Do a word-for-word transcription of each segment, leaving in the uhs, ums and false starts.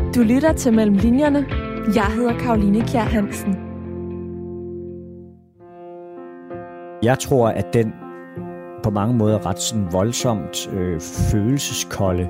Du lytter til Mellem Linjerne. Jeg hedder Caroline Kjær Hansen. Jeg tror, at den på mange måder ret sådan voldsomt øh, følelseskolde,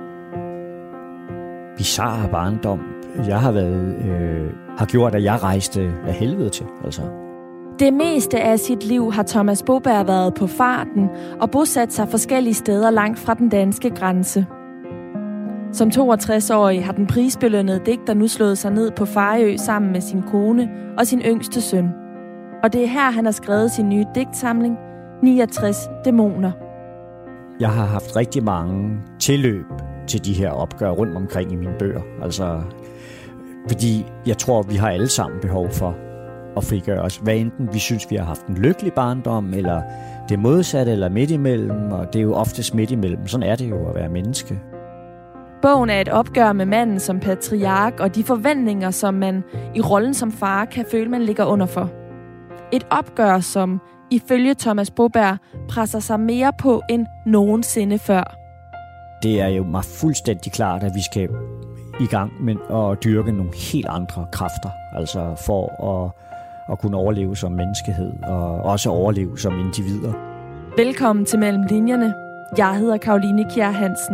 bizarre barndom, jeg har været, øh, har gjort, at jeg rejste af helvede til. Altså. Det meste af sit liv har Thomas Boberg været på farten og bosat sig forskellige steder langt fra den danske grænse. Som toogtres-årig har den prisbelønnede digter nu slået sig ned på Fejø sammen med sin kone og sin yngste søn. Og det er her, han har skrevet sin nye digtsamling, niogtres dæmoner. Jeg har haft rigtig mange tilløb til de her opgør rundt omkring i mine bøger. Altså, fordi jeg tror, vi har alle sammen behov for at frigøre os. Hvad enten vi synes, vi har haft en lykkelig barndom, eller det modsatte, eller midt imellem. Og det er jo oftest midt imellem. Sådan er det jo at være menneske. Bogen er et opgør med manden som patriark og de forventninger, som man i rollen som far kan føle, man ligger under for. Et opgør, som ifølge Thomas Boberg presser sig mere på end nogensinde før. Det er jo mig fuldstændig klart, at vi skal i gang med at dyrke nogle helt andre kræfter, altså for at, at kunne overleve som menneskehed og også overleve som individer. Velkommen til Mellem Linjerne. Jeg hedder Caroline Kjær Hansen.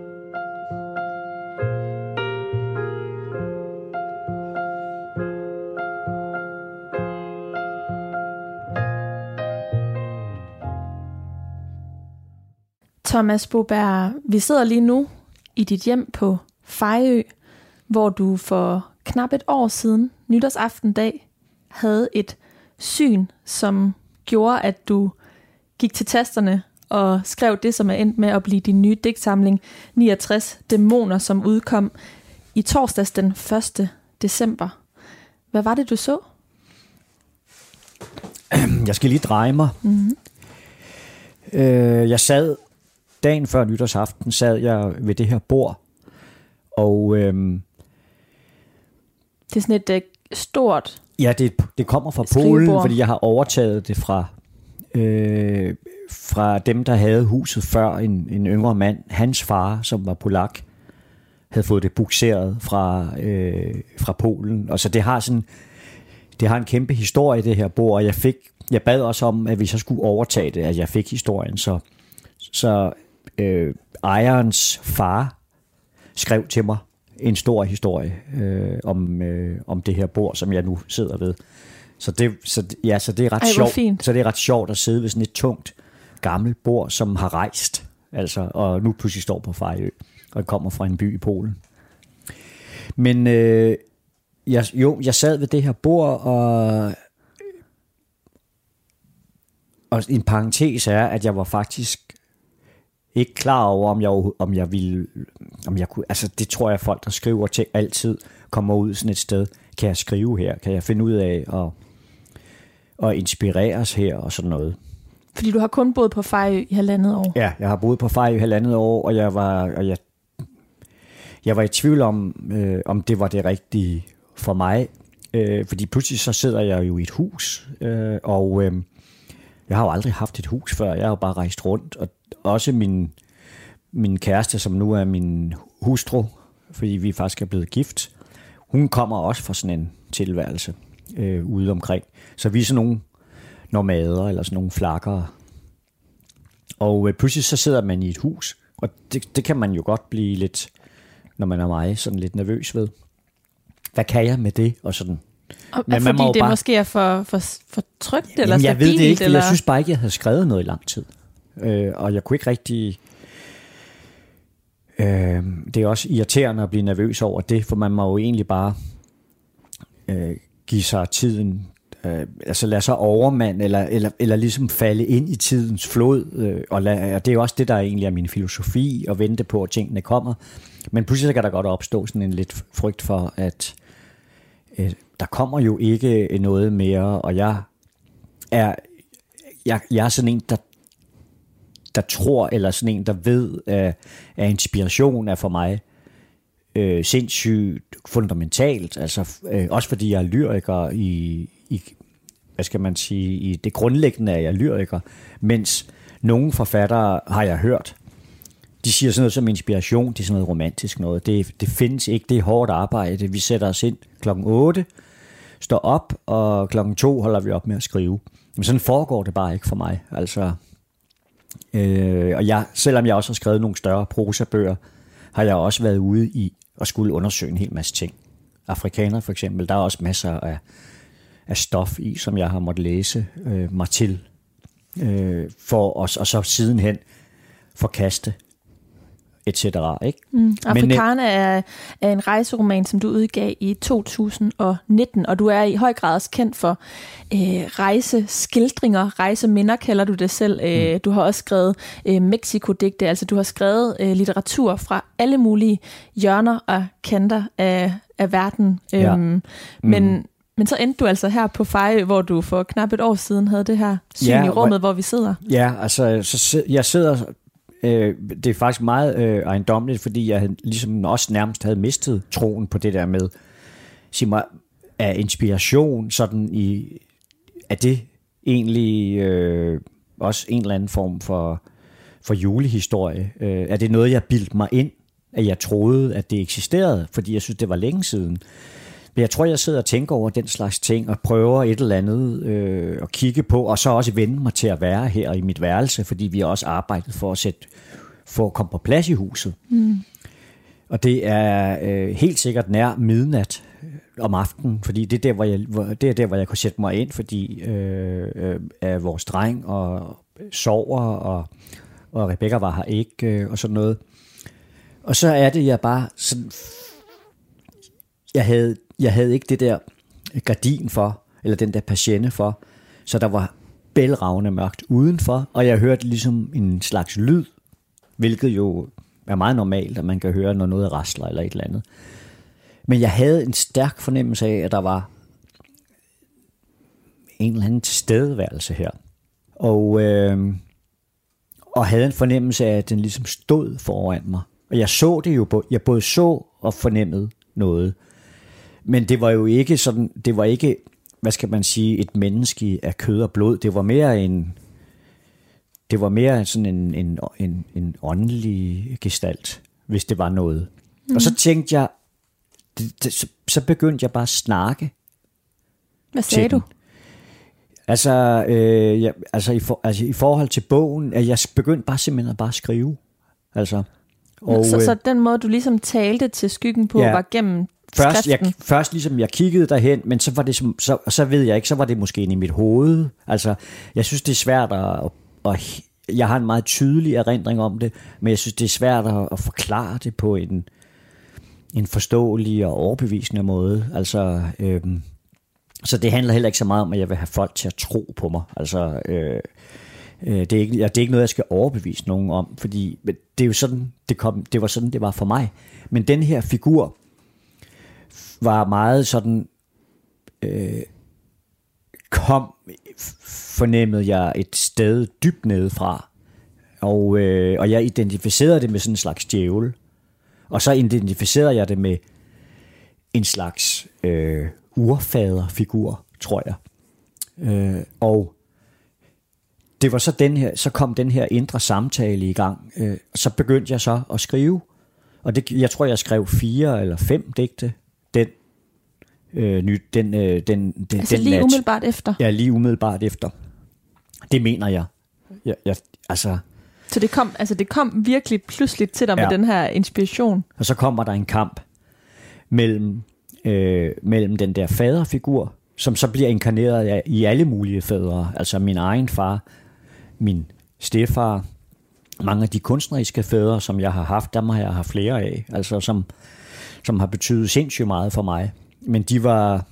Thomas Boberg, vi sidder lige nu i dit hjem på Fejø, hvor du for knap et år siden, nytårsaftendag, havde et syn, som gjorde, at du gik til tasterne og skrev det, som er endt med at blive din nye digtsamling, niogtres dæmoner, som udkom i torsdags den første december. Hvad var det, du så? Jeg skal lige dreje mig. Mm-hmm. Øh, jeg sad... Dagen før nytårsaften sad jeg ved det her bord, og øhm, det er sådan et øh, stort. Ja, det, det kommer fra Polen, fordi jeg har overtaget det fra øh, fra dem, der havde huset før. En, en yngre mand, hans far, som var polak, havde fået det bukseret fra øh, fra Polen, og så det har sådan det har en kæmpe historie, det her bord. Og jeg fik, jeg bad også om, at vi så skulle overtage det, at jeg fik historien, så så Øh, ejerens far skrev til mig en stor historie øh, om, øh, om det her bord, som jeg nu sidder ved. Så det, så, ja, så det er ret Ej, sjovt. Fint. Så det er ret sjovt at sidde ved sådan et tungt gammelt bord, som har rejst, altså, og nu pludselig står på Fejø og kommer fra en by i Polen. Men øh, jeg, jo, jeg sad ved det her bord, og og en parentes er, at jeg var faktisk ikke klar over, om jeg, om jeg ville, om jeg kunne, altså det tror jeg, folk, der skriver til altid, kommer ud sådan et sted, kan jeg skrive her, kan jeg finde ud af at, at inspireres her og sådan noget. Fordi du har kun boet på Fejø i halvandet år. Ja, jeg har boet på Fejø i halvandet år, og jeg var, og jeg, jeg var i tvivl om, øh, om det var det rigtige for mig, øh, fordi pludselig så sidder jeg jo i et hus, øh, og øh, jeg har jo aldrig haft et hus før, jeg har jo bare rejst rundt, og også min, min kæreste, som nu er min hustru, fordi vi faktisk er blevet gift, hun kommer også fra sådan en tilværelse øh, ude omkring. Så vi er sådan nogle nomader, eller sådan nogle flakkere. Og øh, pludselig så sidder man i et hus, og det, det kan man jo godt blive lidt, når man er mig, sådan lidt nervøs ved. Hvad kan jeg med det? Og sådan. Og, Men fordi det bare... måske er for, for, for trygt, eller Jamen, jeg stabilt? ved det ikke, eller? Jeg synes bare ikke, jeg havde skrevet noget i lang tid. Øh, og jeg kunne ikke rigtig... Øh, det er også irriterende at blive nervøs over det, for man må jo egentlig bare øh, give sig tiden, øh, altså lade sig overmand, eller, eller, eller ligesom falde ind i tidens flod, øh, og, lade, og det er jo også det, der egentlig er min filosofi, at vente på, at tingene kommer. Men pludselig kan der godt opstå sådan en lidt frygt for, at øh, der kommer jo ikke noget mere, og jeg er, jeg, jeg er sådan en, der der tror, eller sådan en, der ved, at, at inspiration er for mig øh, sindssygt fundamentalt. Altså, øh, også fordi jeg er lyriker i, i, hvad skal man sige, i det grundlæggende er jeg lyriker, mens nogle forfattere har jeg hørt, de siger sådan noget som inspiration, det er sådan noget romantisk noget. Det, det findes ikke, det er hårdt arbejde. Vi sætter os ind klokken otte, står op, og klokken to holder vi op med at skrive. Men sådan foregår det bare ikke for mig. Altså, øh, og jeg, selvom jeg også har skrevet nogle større prosabøger, har jeg også været ude i at skulle undersøge en hel masse ting. Afrikaner for eksempel, der er også masser af, af stof i, som jeg har måttet læse øh, mig til, øh, for os, og så sidenhen forkaste, et cetera. Ikke? Mm. Afrikaner er, er en rejseroman, som du udgav i to tusind nitten, og du er i høj grad også kendt for øh, rejseskildringer, rejseminder kalder du det selv. Mm. Øh, du har også skrevet øh, Mexico-digte, altså du har skrevet øh, litteratur fra alle mulige hjørner og kanter af, af verden. Ja. Øhm, mm. Men Men så endte du altså her på Fejø, hvor du for knap et år siden havde det her syn ja, i rummet, hvor vi sidder. Ja, altså så jeg sidder... Øh, det er faktisk meget øh, ejendommeligt, fordi jeg havde, ligesom også nærmest havde mistet troen på det der med, sig mig, af inspiration, sådan i, er det egentlig øh, også en eller anden form for, for julehistorie? Øh, er det noget, jeg bildte mig ind, at jeg troede, at det eksisterede, fordi jeg synes, det var længe siden? Men jeg tror, jeg sidder og tænker over den slags ting, og prøver et eller andet øh, at kigge på, og så også vende mig til at være her i mit værelse, fordi vi har også arbejdet for at, sætte, for at komme på plads i huset. Mm. Og det er øh, helt sikkert nær midnat om aftenen, fordi det er der, hvor jeg, hvor, det er der, hvor jeg kunne sætte mig ind, fordi øh, øh, af vores dreng og sover, og, og Rebecca var her ikke, øh, og sådan noget. Og så er det, jeg bare sådan... Jeg havde, jeg havde ikke det der gardin for, eller den der patienne for, så der var bælragende mørkt udenfor, og jeg hørte ligesom en slags lyd, hvilket jo er meget normalt, at man kan høre, når noget rasler eller et eller andet. Men jeg havde en stærk fornemmelse af, at der var en eller anden tilstedeværelse her. Og, øh, og havde en fornemmelse af, at den ligesom stod foran mig. Og jeg så det jo, jeg både så og fornemmede noget. Men det var jo ikke sådan, det var ikke, hvad skal man sige, et menneske af kød og blod. Det var mere en, det var mere sådan en, en, en, en åndelig gestalt, hvis det var noget. Mm. Og så tænkte jeg, det, det, så, så begyndte jeg bare at snakke. Hvad sagde du? Altså, øh, ja, altså, i for, altså i forhold til bogen, at jeg begyndte bare simpelthen at bare skrive. Altså, og, så, så den måde, du ligesom talte til skyggen på, ja, var gennem først, jeg, først ligesom jeg kiggede derhen, men så var det som, så, så ved jeg ikke, så var det måske inde i mit hoved. Altså, jeg synes, det er svært at, at jeg har en meget tydelig erindring om det, men jeg synes, det er svært at, at forklare det på en, en forståelig og overbevisende måde. Altså, øhm, så det handler heller ikke så meget om, at jeg vil have folk til at tro på mig. Altså, øh, øh, det, er ikke, det er ikke noget, jeg skal overbevise nogen om, fordi det er jo sådan, det, kom, det var sådan, det var for mig. Men den her figur var meget sådan, øh, kom, fornemmede jeg et sted dybt nedefra, og, øh, og jeg identificerede det med sådan en slags djævel, og så identificerede jeg det med en slags øh, urfaderfigur, tror jeg. Øh, og det var så den her, så kom den her indre samtale i gang, øh, og så begyndte jeg så at skrive, og det, jeg tror, jeg skrev fire eller fem digte, den øh, ny, den, øh, den, den, altså den lige nat. umiddelbart efter? Ja, lige umiddelbart efter. Det mener jeg. jeg, jeg altså, så det kom, altså det kom virkelig pludseligt til dig, ja, med den her inspiration? Og så kommer der en kamp mellem, øh, mellem den der faderfigur, som så bliver inkarneret af, i alle mulige fædre. Altså min egen far, min stedfar, mange af de kunstneriske fædre, som jeg har haft, dem har jeg haft flere af, altså som, som har betydet sindssygt meget for mig. Men de var,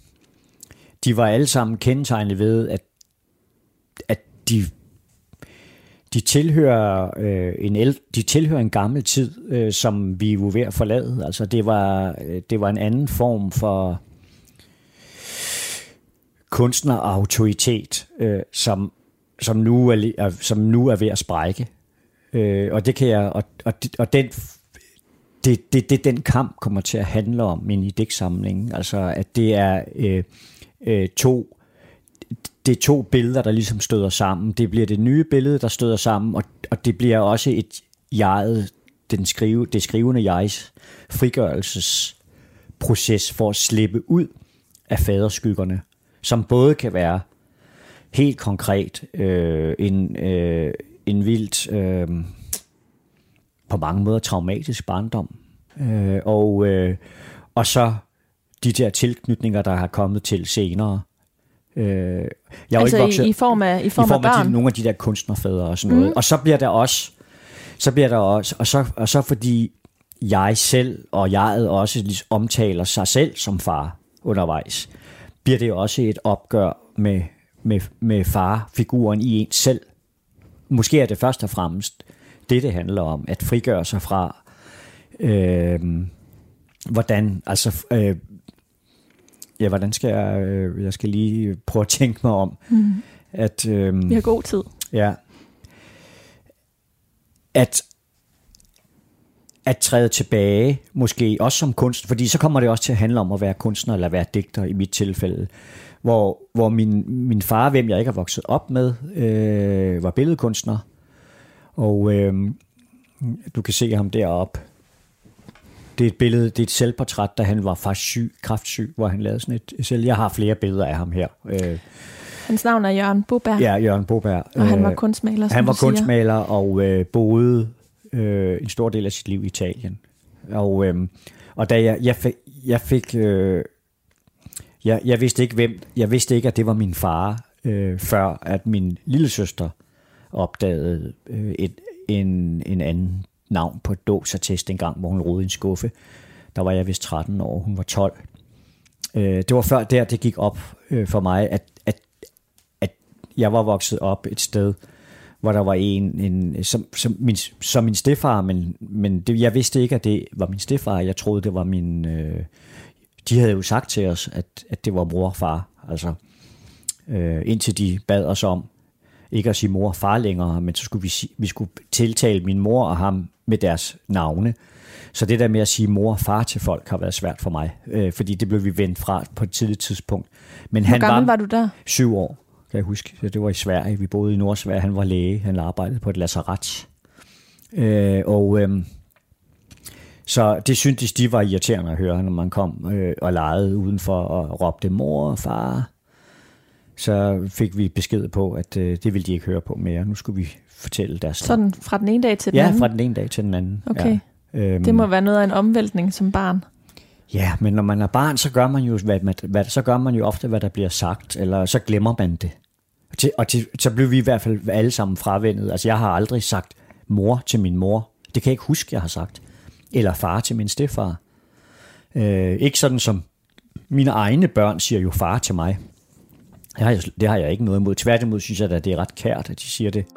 de var alle sammen kendetegnet ved, at, at de, de, tilhører, øh, en el, de tilhører en gammel tid, øh, som vi er ved at forlade. Altså det var, det var en anden form for kunstnerautoritet, øh, som, som, nu er, som nu er ved at sprække. Øh, og det kan jeg, og, og, og den Det, det, det den kamp kommer til at handle om i digtsamlingen. Altså at det er øh, øh, to det er to billeder, der ligesom støder sammen. Det bliver det nye billede, der støder sammen, og, og det bliver også et jeget, den skrive, det skrivende jegs frigørelsesproces for at slippe ud af faderskyggerne, som både kan være helt konkret øh, en, øh, en vildt øh, på mange måder traumatisk barndom, øh, og, øh, og så de der tilknytninger, der har kommet til senere. Øh, jeg altså ikke vokset, i, i form af i form, i form af, af børn? De, nogle af de der kunstnerfædre og sådan noget. Mm. Og så bliver der også, så bliver der også, og så, og så fordi jeg selv og jeget også ligesom omtaler sig selv som far undervejs, bliver det også et opgør med, med, med farfiguren i en selv. Måske er det først og fremmest det, det handler om, at frigøre sig fra, øh, hvordan, altså, øh, ja, hvordan skal jeg, øh, jeg skal lige prøve at tænke mig om, mm. at, øh, vi har god tid. Ja, at at træde tilbage, måske også som kunstner, fordi så kommer det også til at handle om at være kunstner, eller være digter i mit tilfælde, hvor, hvor min, min far, hvem jeg ikke har vokset op med, øh, var billedkunstner, og øh, du kan se ham deroppe. Det er et billede, det er et selvportræt, da han var faktisk syg, kræftsyg, hvor han lavede sådan et selv. Jeg har flere billeder af ham her. Øh, Hans navn er Jørgen Boberg. Ja, Jørgen Boberg. Og han var kunstmaler, som Han var du siger. kunstmaler og øh, boede øh, en stor del af sit liv i Italien. Og, øh, og da jeg, jeg fik, jeg, fik øh, jeg, jeg vidste ikke hvem, jeg vidste ikke, at det var min far, øh, før at min lille søster opdagede øh, et, en, en anden navn på et dåbsattest en gang, hvor hun rodede i en skuffe. Der var jeg vist tretten år, hun var tolv. Øh, det var før der, det gik op øh, for mig, at, at, at jeg var vokset op et sted, hvor der var en, en som, som, min, som min stedfar, men, men det, jeg vidste ikke, at det var min stedfar. Jeg troede, det var min... Øh, de havde jo sagt til os, at, at det var mor og far. Altså, øh, indtil de bad os om ikke at sige mor og far længere, men så skulle vi, vi skulle tiltale min mor og ham med deres navne. Så det der med at sige mor og far til folk har været svært for mig, øh, fordi det blev vi vendt fra på et tidligt tidspunkt. Men Hvor han gammel var, var du der? Syv år, kan jeg huske. Så det var i Sverige. Vi boede i Nordsverige. Han var læge. Han arbejdede på et lazaret. Øh, og øh, så det syntes de var irriterende at høre, når man kom øh, og legede udenfor og råbte mor og far. Så fik vi besked på, at øh, det ville de ikke høre på mere. Nu skulle vi fortælle deres... Sådan fra den ene dag til den ja, anden? Ja, fra den ene dag til den anden. Okay. Ja. Øhm, det må være noget af en omvæltning som barn. Ja, men når man er barn, så gør man jo, hvad, hvad, så gør man jo ofte, hvad der bliver sagt, eller så glemmer man det. Og, til, og til, så blev vi i hvert fald alle sammen fravendet. Altså, jeg har aldrig sagt mor til min mor. Det kan jeg ikke huske, jeg har sagt. Eller far til min stedfar. Øh, ikke sådan som mine egne børn siger jo far til mig. Det har jeg, det har jeg ikke noget imod. Tværtimod synes jeg, at det er ret kært, at de siger det.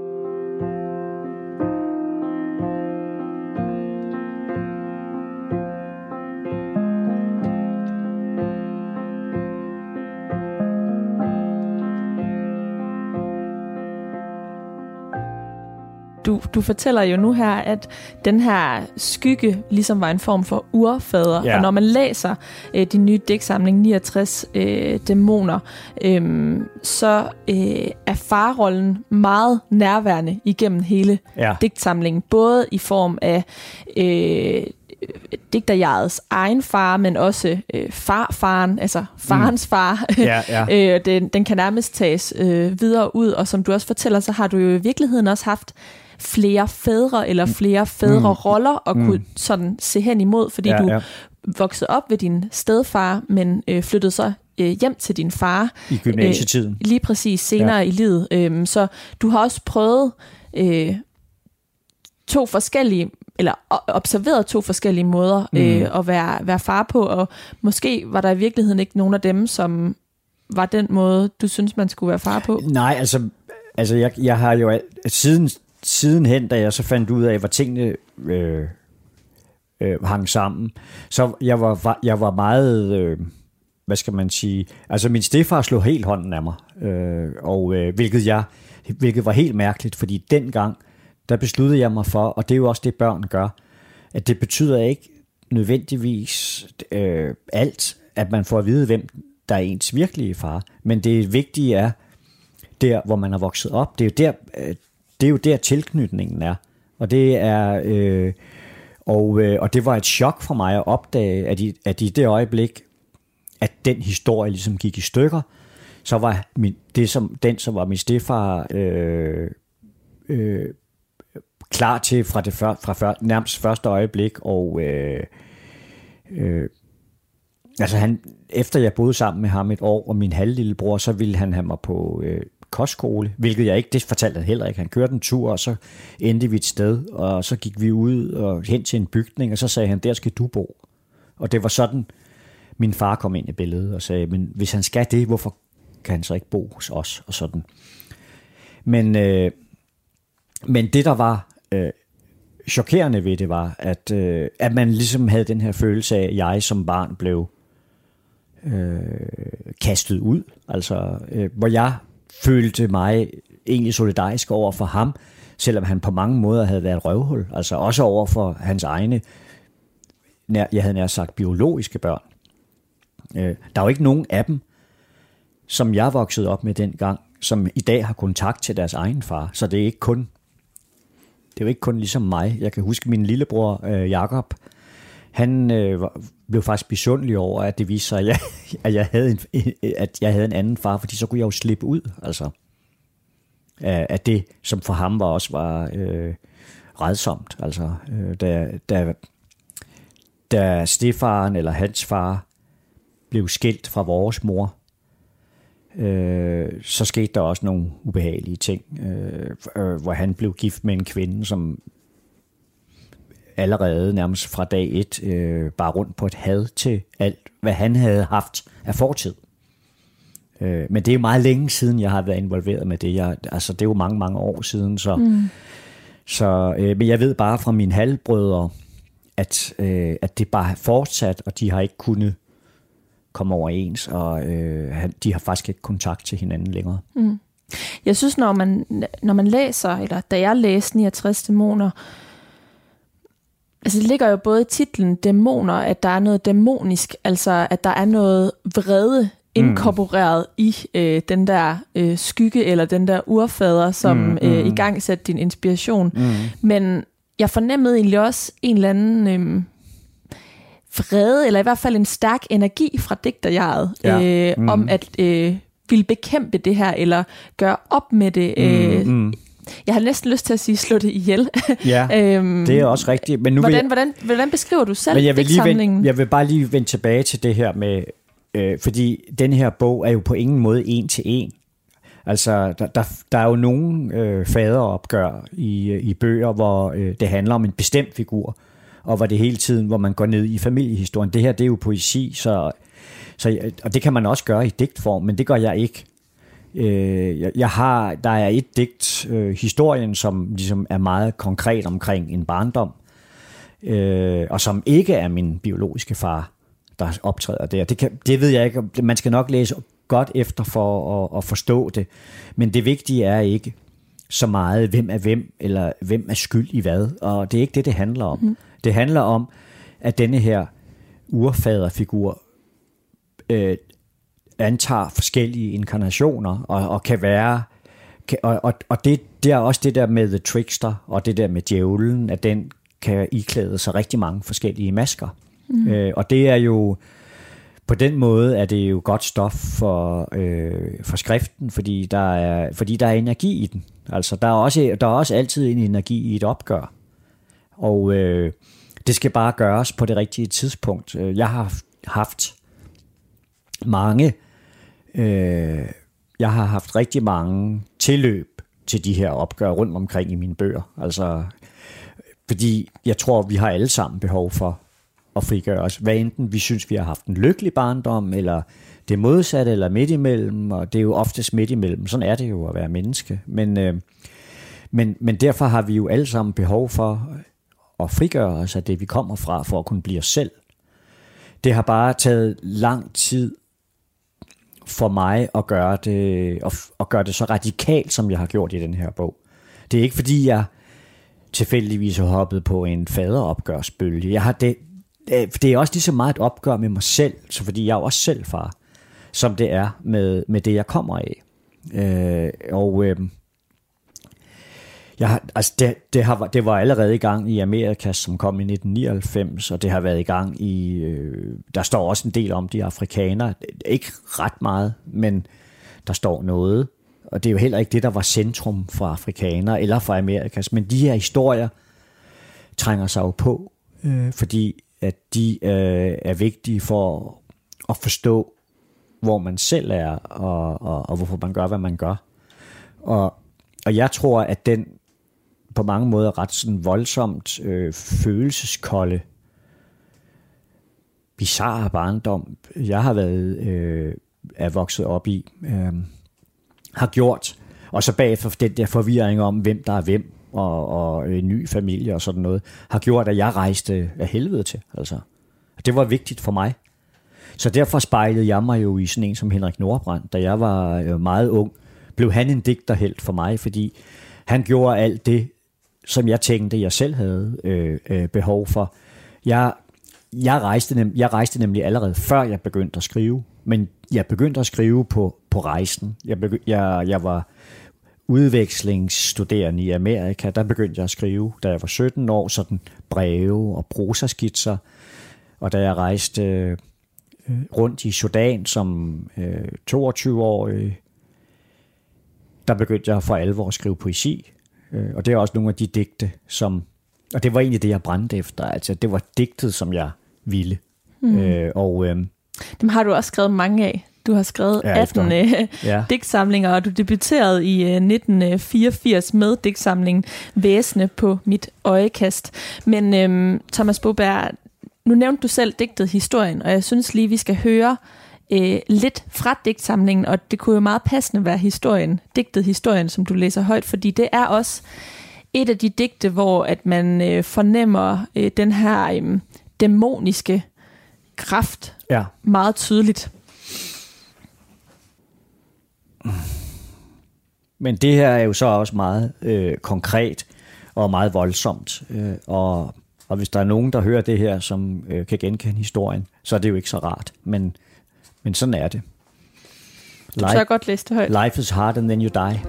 Du, du fortæller jo nu her, at den her skygge ligesom var en form for urfader. Ja. Og når man læser øh, din nye digtsamling niogtres øh, dæmoner, øh, så øh, er farrollen meget nærværende igennem hele ja. digtsamlingen. Både i form af øh, digterjegets egen far, men også øh, farfaren, altså farens mm. far. Ja, ja. øh, den, den kan nærmest tages øh, videre ud, og som du også fortæller, så har du jo i virkeligheden også haft flere fædre eller flere fædreroller at kunne mm. sådan se hen imod, fordi ja, du ja. voksede op ved din stedfar, men øh, flyttede så øh, hjem til din far. I gymnasietiden. Øh, lige præcis senere ja. i livet. Øh, så du har også prøvet øh, to forskellige, eller observeret to forskellige måder mm. øh, at være, være far på, og måske var der i virkeligheden ikke nogen af dem, som var den måde, du synes, man skulle være far på? Nej, altså, altså jeg, jeg har jo siden Sidenhen, da jeg så fandt ud af, hvor tingene øh, øh, hang sammen, så jeg var, jeg var meget, øh, hvad skal man sige, altså min stedfar slog helt hånden af mig, øh, og øh, hvilket, jeg, hvilket var helt mærkeligt, fordi dengang, der besluttede jeg mig for, og det er jo også det, børn gør, at det betyder ikke nødvendigvis øh, alt, at man får at vide, hvem der er ens virkelige far, men det vigtige er, der hvor man er vokset op, det er jo der, øh, Det er jo der tilknytningen er. Og det er øh, og, øh, og det var et chok for mig at opdage, at i, at i det øjeblik, at den historie ligesom gik i stykker, så var min, det som den som var min stedfar øh, øh, klar til fra det før, fra før, nærmest første øjeblik, og øh, øh, altså han, efter jeg boede sammen med ham et år og min halvlillebror, så ville han have mig på øh, kostskole, hvilket jeg ikke, det fortalte han heller ikke. Han kørte en tur, og så endte vi et sted, og så gik vi ud og hen til en bygning, og så sagde han, der skal du bo. Og det var sådan, min far kom ind i billedet og sagde, men hvis han skal det, hvorfor kan han så ikke bo hos os? Og sådan. Men, øh, men det, der var øh, chokerende ved det, var, at, øh, at man ligesom havde den her følelse af, at jeg som barn blev øh, kastet ud. Altså, øh, hvor jeg følte mig egentlig solidarisk over for ham, selvom han på mange måder havde været røvhul. Altså også over for hans egne, nær, jeg havde nær sagt, biologiske børn. Øh, der er jo ikke nogen af dem, som jeg voksede op med dengang, som i dag har kontakt til deres egen far. Så det er ikke kun, det er jo ikke kun ligesom mig. Jeg kan huske min lillebror øh, Jakob. Han øh, blev faktisk besundelig over, at det viste sig, at jeg, at, jeg havde en, at jeg havde en anden far, fordi så kunne jeg jo slippe ud. Altså, at det, som for ham var også var øh, rædsomt. Altså, øh, da, da, da stefaren eller hans far blev skilt fra vores mor, øh, så skete der også nogle ubehagelige ting, øh, hvor han blev gift med en kvinde, som allerede nærmest fra dag et øh, bare rundt på et had til alt, hvad han havde haft af fortid. Øh, men det er jo meget længe siden, jeg har været involveret med det. Jeg, altså, det er jo mange, mange år siden. Så, mm. så, øh, men jeg ved bare fra mine halvbrødre, at, øh, at det bare har fortsat, og de har ikke kunnet komme overens, og øh, de har faktisk ikke kontakt til hinanden længere. Mm. Jeg synes, når man, når man læser, eller da jeg læste niogtres dæmoner, altså det ligger jo både i titlen dæmoner, at der er noget dæmonisk, altså at der er noget vrede inkorporeret mm. i øh, den der øh, skygge, eller den der urfader, som mm, mm. øh, i gang satte din inspiration. Mm. Men jeg fornemmede egentlig også en eller anden øh, vrede, eller i hvert fald en stærk energi fra digterjeget, ja. øh, mm. om at øh, ville bekæmpe det her, eller gøre op med det. Øh, mm, mm. Jeg har næsten lyst til at sige, slå det ihjel. Ja, øhm, det er også rigtigt. Men nu hvordan, vil jeg, hvordan, hvordan beskriver du selv jeg vil digtsamlingen? Vende, jeg vil bare lige vende tilbage til det her med, øh, fordi den her bog er jo på ingen måde en til en. Altså, der, der, der er jo nogle øh, faderopgør i, i bøger, hvor øh, det handler om en bestemt figur, og hvor det hele tiden, hvor man går ned i familiehistorien. Det her, det er jo poesi, så, så, og det kan man også gøre i digtform, men det gør jeg ikke. Øh, jeg har, der er et digt, øh, historien, som ligesom er meget konkret omkring en barndom, øh, og som ikke er min biologiske far, der optræder der. Det, kan, det ved jeg ikke. Man skal nok læse godt efter for at, at forstå det, men det vigtige er ikke så meget, hvem er hvem, eller hvem er skyld i hvad, og det er ikke det, det handler om. Mm. Det handler om, at denne her urfaderfigur øh, antager forskellige inkarnationer, og, og kan være, kan, og, og, og det, det er også det der med The Trickster, og det der med djævlen, at den kan iklæde sig rigtig mange forskellige masker. Mm. Øh, og det er jo, på den måde er det jo godt stof for, øh, for skriften, fordi der, er, fordi der er energi i den. Altså, der er også, der er også altid en energi i et opgør. Og øh, det skal bare gøres på det rigtige tidspunkt. Jeg har haft mange, øh, jeg har haft rigtig mange tilløb til de her opgør rundt omkring i mine bøger. Altså, fordi jeg tror, vi har alle sammen behov for at frigøre os. Hvad enten vi synes, vi har haft en lykkelig barndom, eller det modsatte, eller midt imellem, og det er jo oftest midt imellem. Sådan er det jo at være menneske. Men, øh, men, men derfor har vi jo alle sammen behov for at frigøre os af det, vi kommer fra, for at kunne blive os selv. Det har bare taget lang tid for mig at gøre det, at gøre det så radikalt, som jeg har gjort i den her bog. Det er ikke fordi, jeg tilfældigvis har hoppet på en faderopgørsbølge. Jeg har det, det er også lige så meget et opgør med mig selv, så fordi jeg er også selv far, som det er med, med det, jeg kommer af. Øh, og øh, Jeg har, altså det, det, har, det var allerede i gang i Amerika, som kom i nitten nioghalvfems, og det har været i gang i... Øh, der står også en del om de afrikanere. Ikke ret meget, men der står noget. Og det er jo heller ikke det, der var centrum for afrikanere eller for Amerikas. Men de her historier trænger sig jo på, øh, fordi at de øh, er vigtige for at forstå, hvor man selv er, og, og, og hvorfor man gør, hvad man gør. Og, og jeg tror, at den på mange måder ret sådan voldsomt øh, følelseskolde, bizarre barndom, jeg har været øh, er vokset op i, øh, har gjort, og så bagefter den der forvirring om, hvem der er hvem, og, og en ny familie og sådan noget, har gjort, at jeg rejste af helvede til. Altså. Det var vigtigt for mig. Så derfor spejlede jeg mig jo i sådan en som Henrik Nordbrandt. Da jeg var meget ung, blev han en digterhelt for mig, fordi han gjorde alt det, som jeg tænkte, jeg selv havde øh, øh, behov for. Jeg, jeg, rejste nem, jeg rejste nemlig allerede før jeg begyndte at skrive, men jeg begyndte at skrive på, på rejsen. Jeg, begy- jeg, jeg var udvekslingsstuderende i Amerika, der begyndte jeg at skrive, da jeg var sytten år, sådan breve og prosaskitser, og da jeg rejste øh, rundt i Sudan som øh, toogtyve-årig, der begyndte jeg for alvor at skrive poesi, øh, og det er også nogle af de digte, som, og det var egentlig det, jeg brændte efter, altså det var digtet, som jeg ville. Mm. Øh, og øh, dem har du også skrevet mange af. Du har skrevet ja, atten øh, ja. digtsamlinger, og du debuterede i øh, nitten fireogfirs med digtsamlingen Væsene på mit øjekast. Men øh, Thomas Boberg, nu nævnte du selv digtet Historien, og jeg synes lige, vi skal høre øh, lidt fra digtsamlingen, og det kunne jo meget passende være historien, digtet Historien, som du læser højt, fordi det er også et af de digte, hvor at man øh, fornemmer øh, den her øh, dæmoniske kraft ja. meget tydeligt. Men det her er jo så også meget øh, konkret og meget voldsomt, øh, og, og hvis der er nogen, der hører det her, som øh, kan genkende historien, så er det jo ikke så rart, men, men sådan er det. Du tør godt læse det højt. Life is hard and then you die.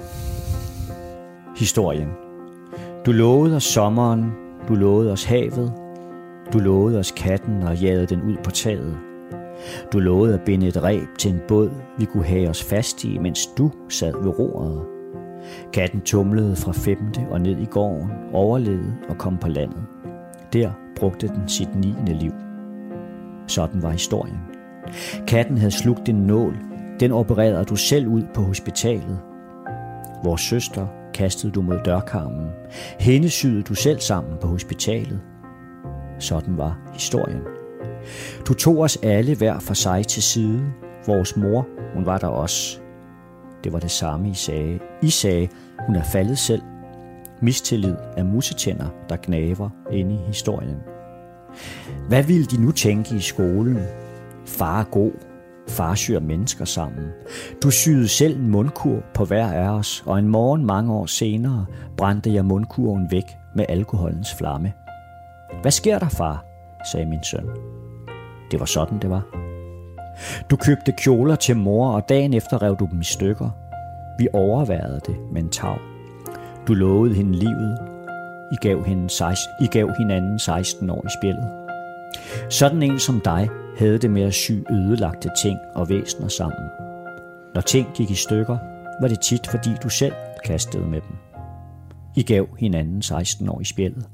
Historien. Du lovede os sommeren, du lovede os havet, du lovede os katten og jagede den ud på taget. Du lovede at binde et reb til en båd, vi kunne have os fast i, mens du sad ved roret. Katten tumlede fra femte og ned i gården, overlevede og kom på landet. Der brugte den sit niende liv. Sådan var historien. Katten havde slugt en nål. Den opererede du selv ud på hospitalet. Vores søster kastede du mod dørkarmen. Hende syede du selv sammen på hospitalet. Sådan var historien. Du tog os alle hver for sig til side. Vores mor, hun var der også. Det var det samme, I sagde. I sagde, hun er faldet selv. Mistillid er musetænder, der gnaver inde i historien. Hvad ville de nu tænke i skolen? Far er god. Far syr mennesker sammen. Du syede selv en mundkur på hver af os, og en morgen mange år senere brændte jeg mundkurven væk med alkoholens flamme. Hvad sker der, far? Sagde min søn. Det var sådan, det var. Du købte kjoler til mor, og dagen efter rev du dem i stykker. Vi overværede det med en tav. Du lovede hende livet. I gav, hende seksten, I gav hinanden seksten år i spjældet. Sådan en som dig havde det med at sy ødelagte ting og væsener sammen. Når ting gik i stykker, var det tit, fordi du selv kastede med dem. I gav hinanden seksten år i spjældet.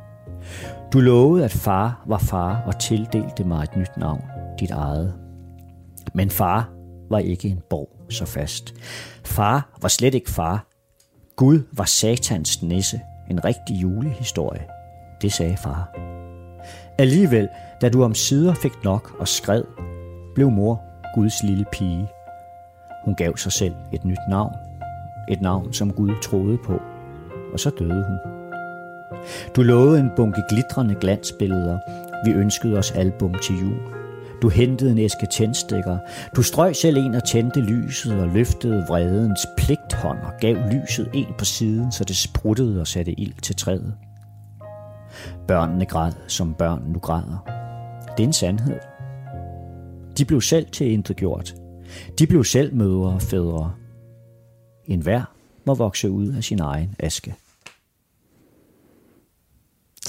Du lovede, at far var far og tildelte mig et nyt navn, dit eget. Men far var ikke en borg så fast. Far var slet ikke far. Gud var satans nisse, en rigtig julehistorie. Det sagde far. Alligevel, da du omsider fik nok og skred, blev mor Guds lille pige. Hun gav sig selv et nyt navn. Et navn, som Gud troede på. Og så døde hun. Du lovede en bunke glitrende glansbilleder. Vi ønskede os album til jul. Du hentede en æske tændstikker. Du strøg selv en og tændte lyset og løftede vredens pligthånd og gav lyset en på siden, så det spruttede og satte ild til træet. Børnene græd, som børn nu græder. Det er en sandhed. De blev selv tilintetgjort. De blev selv mødre og fædre. En hver må vokse ud af sin egen aske.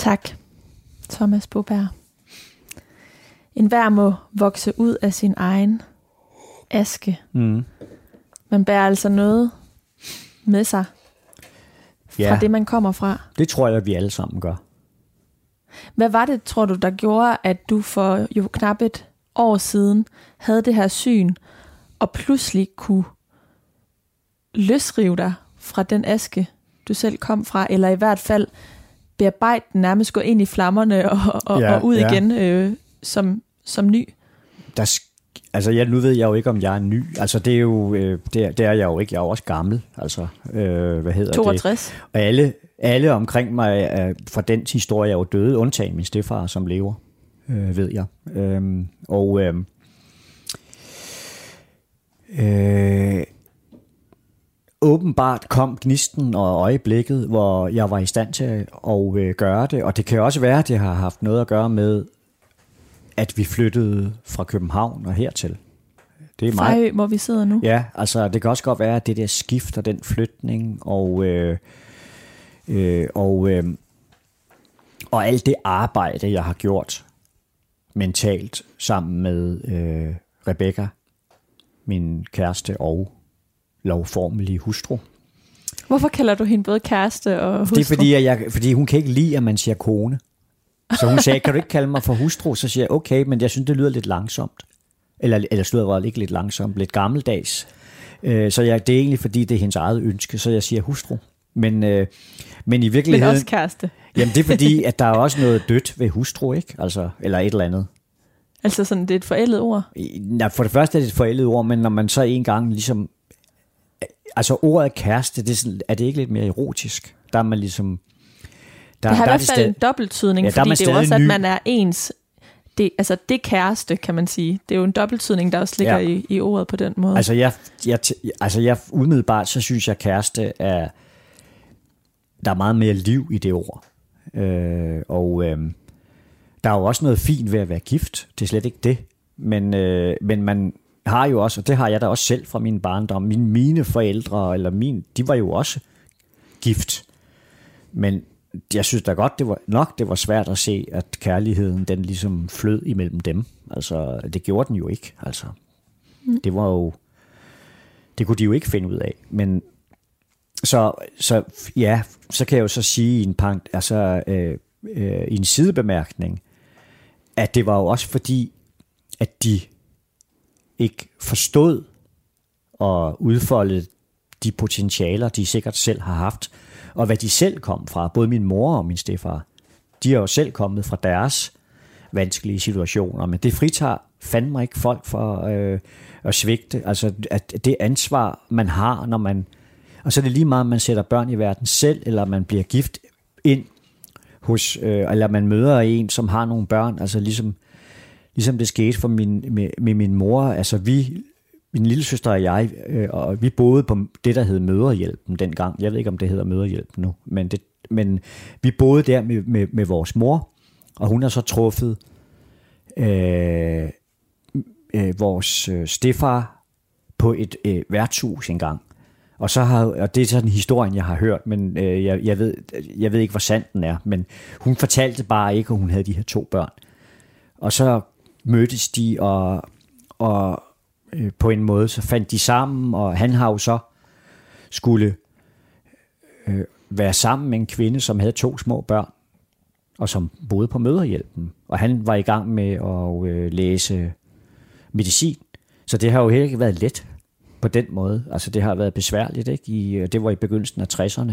Tak, Thomas Boberg. Enhver må vokse ud af sin egen aske. Mm. Man bærer altså noget med sig Ja, fra det, man kommer fra. det tror jeg, vi alle sammen gør. Hvad var det, tror du, der gjorde, at du for jo knap et år siden havde det her syn, og pludselig kunne løsrive dig fra den aske, du selv kom fra, eller i hvert fald bearbejde den, nærmest gå ind i flammerne og, og, Ja, og ud ja. igen øh, som, som ny? Der sk- altså, jeg, nu ved jeg jo ikke, om jeg er ny. Altså, det er jo, øh, det, er, det er jeg jo ikke. Jeg er jo også gammel. Altså, øh, hvad hedder toogtres. det? Og alle, alle omkring mig er, fra den historie er jo døde, undtagen min stefar, som lever, øh, ved jeg. Øh, og øh, øh, åbenbart kom gnisten og øjeblikket, hvor jeg var i stand til at øh, gøre det. Og det kan også være, at det har haft noget at gøre med, at vi flyttede fra København og hertil. Det er meget. Fejø, hvor vi sidder nu. Ja, altså det kan også godt være, at det der skift og den flytning og øh, øh, og øh, og alt det arbejde, jeg har gjort mentalt sammen med øh, Rebecca, min kæreste og lovformelige hustru. Hvorfor kalder du hende både kæreste og hustru? Det er fordi, at jeg, fordi hun kan ikke lide, at man siger kone. Så hun sagde, kan du ikke kalde mig for hustru? Så siger jeg, okay, men jeg synes, det lyder lidt langsomt. Eller, eller slutter ikke lidt langsomt, lidt gammeldags. Øh, så jeg, det er egentlig, fordi det er hendes eget ønske, så jeg siger hustru. Men, øh, men i virkeligheden... Men også kæreste. Jamen det er fordi, at der er også noget dødt ved hustru, ikke? Altså, eller et eller andet. Altså sådan, det er et forældet ord? Nej, for det første er det et forældet ord, men når man så en gang ligesom... Altså ordet kæreste, det er, sådan, er det ikke lidt mere erotisk? Der er man ligesom... Der, det har der i hvert fald en dobbelttydning, ja, fordi det er jo også, ny. at man er ens... Det, altså det kæreste, kan man sige. Det er jo en dobbelttydning, der også ligger ja. i, i ordet på den måde. Altså jeg, jeg, altså jeg umiddelbart, så synes jeg, kæreste er... Der er meget mere liv i det ord. Øh, og øh, der er jo også noget fint ved at være gift. Det er slet ikke det. Men, øh, men man har jo også, og det har jeg da også selv fra min barndom, mine, mine forældre, eller min, de var jo også gift. Men jeg synes da godt, det var nok det var svært at se, at kærligheden, den ligesom flød imellem dem. Altså, det gjorde den jo ikke. Altså, mm. det var jo, det kunne de jo ikke finde ud af. Men så, så ja, så kan jeg jo så sige i en punkt, altså øh, øh, i en sidebemærkning, at det var jo også fordi, at de ikke forstod og udfoldede de potentialer, de sikkert selv har haft, og hvad de selv kom fra, både min mor og min stefar. De er jo selv kommet fra deres vanskelige situationer, men det fritager fandme ikke folk for øh, at svigte. Altså at det ansvar, man har, når man... Og så er det lige meget, om man sætter børn i verden selv, eller man bliver gift ind hos... Øh, eller man møder en, som har nogle børn. Altså ligesom, ligesom det skete for min, med, med min mor. Altså vi... Min lille søster og jeg, øh, og vi boede på det, der hed Mødrehjælpen dengang. Jeg ved ikke, om det hedder Mødrehjælpen nu, men, det, men vi boede der med, med, med vores mor, og hun har så truffet øh, øh, vores øh, stefar på et øh, værtshus engang. Og, så har, og det er sådan en historie, jeg har hørt, men øh, jeg, jeg, ved, jeg ved ikke, hvor sandt den er. Men hun fortalte bare ikke, at hun havde de her to børn. Og så mødtes de, og... og på en måde, så fandt de sammen, og han har jo så skulle øh, være sammen med en kvinde, som havde to små børn, og som boede på Mødrehjælpen. Og han var i gang med at øh, læse medicin. Så det har jo heller ikke været let på den måde. Altså det har været besværligt, ikke? I, det var i begyndelsen af tresserne.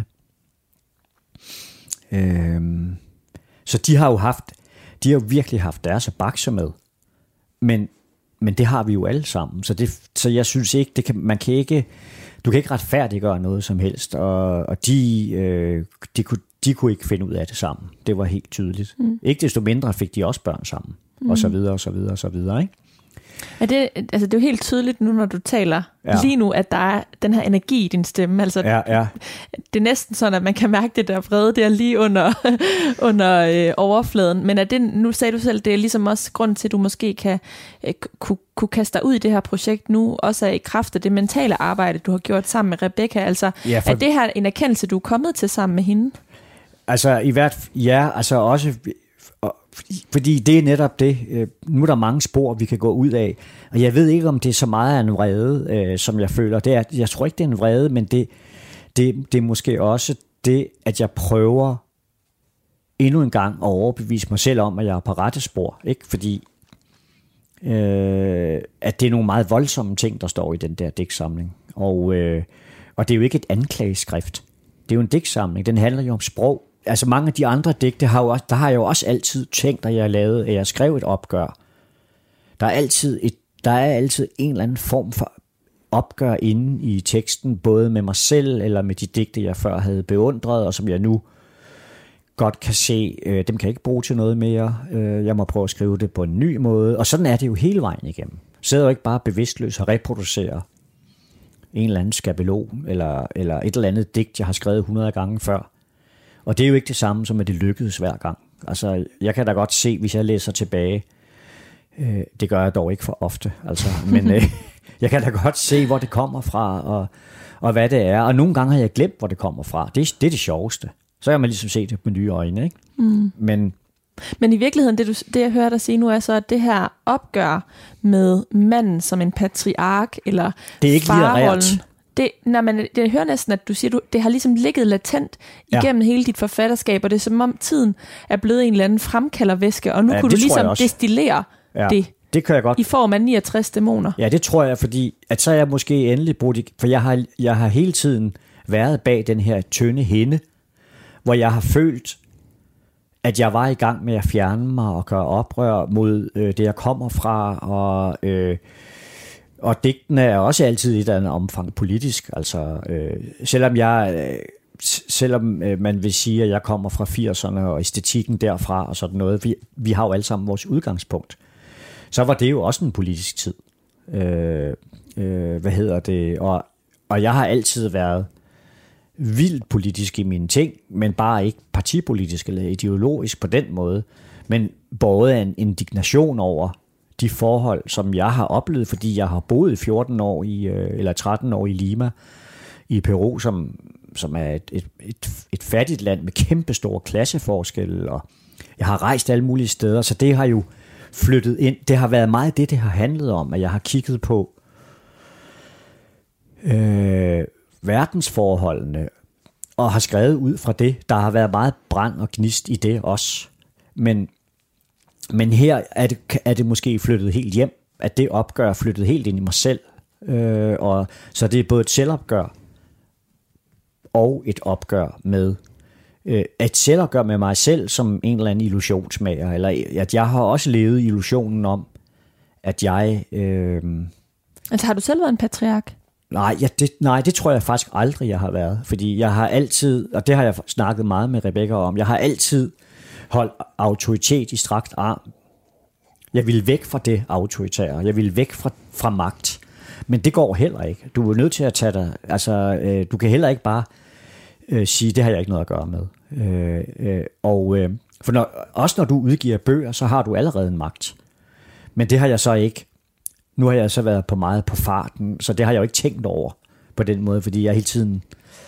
Øhm, så de har jo haft, de har jo virkelig haft deres at bakse med. Men Men det har vi jo alle sammen, så, det, så jeg synes ikke, det kan, man kan ikke, du kan ikke retfærdiggøre noget som helst, og, og de, øh, de, kunne, de kunne ikke finde ud af det sammen. Det var helt tydeligt. Mm. Ikke desto mindre fik de også børn sammen, mm. og så videre, og så videre, og så videre, ikke? Er det, altså det er jo helt tydeligt nu, når du taler ja. lige nu, at der er den her energi i din stemme. Altså, ja, ja. Det er næsten sådan, at man kan mærke det der vrede der lige under, under øh, overfladen. Men er det, nu sagde du selv, det er ligesom også grund til, at du måske kan øh, kunne, kunne kaste dig ud i det her projekt nu, også er i kraft af det mentale arbejde, du har gjort sammen med Rebecca. Altså, ja, for... er det her en erkendelse, du er kommet til sammen med hende? altså i hvert ja, altså også, fordi det er netop det, nu er der mange spor, vi kan gå ud af, og jeg ved ikke, om det er så meget af en vrede, øh, som jeg føler. Det er, jeg tror ikke, det er en vrede, men det, det, det er måske også det, at jeg prøver endnu en gang at overbevise mig selv om, at jeg er på rette spor, ikke? Fordi øh, at det er nogle meget voldsomme ting, der står i den der digtsamling, og, øh, og det er jo ikke et anklageskrift. Det er jo en digtsamling, den handler jo om sprog. Altså mange af de andre digte, har jo også, der har jeg jo også altid tænkt, at jeg lavede, at jeg skrev et opgør. Der er altid, et, der er altid en eller anden form for opgør inde i teksten, både med mig selv, eller med de digte, jeg før havde beundret, og som jeg nu godt kan se, øh, dem kan jeg ikke bruge til noget mere. Øh, jeg må prøve at skrive det på en ny måde. Og sådan er det jo hele vejen igennem. Så sidder jo ikke bare bevidstløs og reproducerer en eller anden skabelon, eller, eller et eller andet digt, jeg har skrevet hundrede gange før. Og det er jo ikke det samme som, at det lykkedes hver gang. Altså, jeg kan da godt se, hvis jeg læser tilbage, øh, det gør jeg dog ikke for ofte, altså, men øh, jeg kan da godt se, hvor det kommer fra, og, og hvad det er. Og nogle gange har jeg glemt, hvor det kommer fra. Det, det er det sjoveste. Så kan man ligesom se det med nye øjne, ikke? Mm. Men, Men i virkeligheden, det, du, det jeg hører dig sige nu, er så, at det her opgør med manden som en patriark, eller det er ikke farrollen. Det, nej, men det hører næsten, at du siger, du, det har ligesom ligget latent igennem ja. hele dit forfatterskab, og det er som om tiden er blevet en eller anden fremkaldervæske, og nu ja, kunne du ligesom destillere ja, det, det kan jeg godt. I form af niogtres dæmoner. Ja, det tror jeg, fordi at så er jeg måske endelig brugt, for jeg har, jeg har hele tiden været bag den her tynde hinde, hvor jeg har følt, at jeg var i gang med at fjerne mig og gøre oprør mod øh, det, jeg kommer fra, og... Øh, Og digtene er også altid i et eller andet omfang politisk. Altså, øh, selvom jeg, øh, selvom øh, man vil sige, at jeg kommer fra firserne og æstetikken derfra og sådan noget, vi, vi har jo alle sammen vores udgangspunkt. Så var det jo også en politisk tid. Øh, øh, hvad hedder det? Og, og jeg har altid været vildt politisk i mine ting, men bare ikke partipolitisk eller ideologisk på den måde, men både en indignation over de forhold, som jeg har oplevet, fordi jeg har boet i fjorten år i, eller tretten år i Lima, i Peru, som, som er et, et, et, et fattigt land med kæmpe store klasseforskelle, og jeg har rejst alle mulige steder, så det har jo flyttet ind. Det har været meget det, det har handlet om, at jeg har kigget på øh, verdensforholdene, og har skrevet ud fra det. Der har været meget brand og gnist i det også. Men Men her er det, er det måske flyttet helt hjem, at det opgør er flyttet helt ind i mig selv. Øh, og så det er både et selvopgør og et opgør med øh, et selvopgør med mig selv som en eller anden illusionsmager. Eller at jeg har også levet illusionen om, at jeg... Øh, altså har du selv været en patriark? Nej, ja, det, nej, det tror jeg faktisk aldrig, jeg har været. Fordi jeg har altid, og det har jeg snakket meget med Rebecca om, jeg har altid holdt autoritet i strakt arm. Jeg ville væk fra det autoritære. Jeg ville væk fra, fra magt. Men det går heller ikke. Du er nødt til at tage dig... Altså, øh, du kan heller ikke bare øh, sige, det har jeg ikke noget at gøre med. Øh, øh, og øh, for når, også når du udgiver bøger, så har du allerede en magt. Men det har jeg så ikke. Nu har jeg så været på meget på farten, så det har jeg jo ikke tænkt over på den måde, fordi jeg hele tiden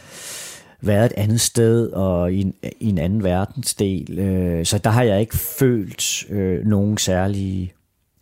været et andet sted og i en, i en anden verdensdel. Øh, så der har jeg ikke følt øh, nogen særlig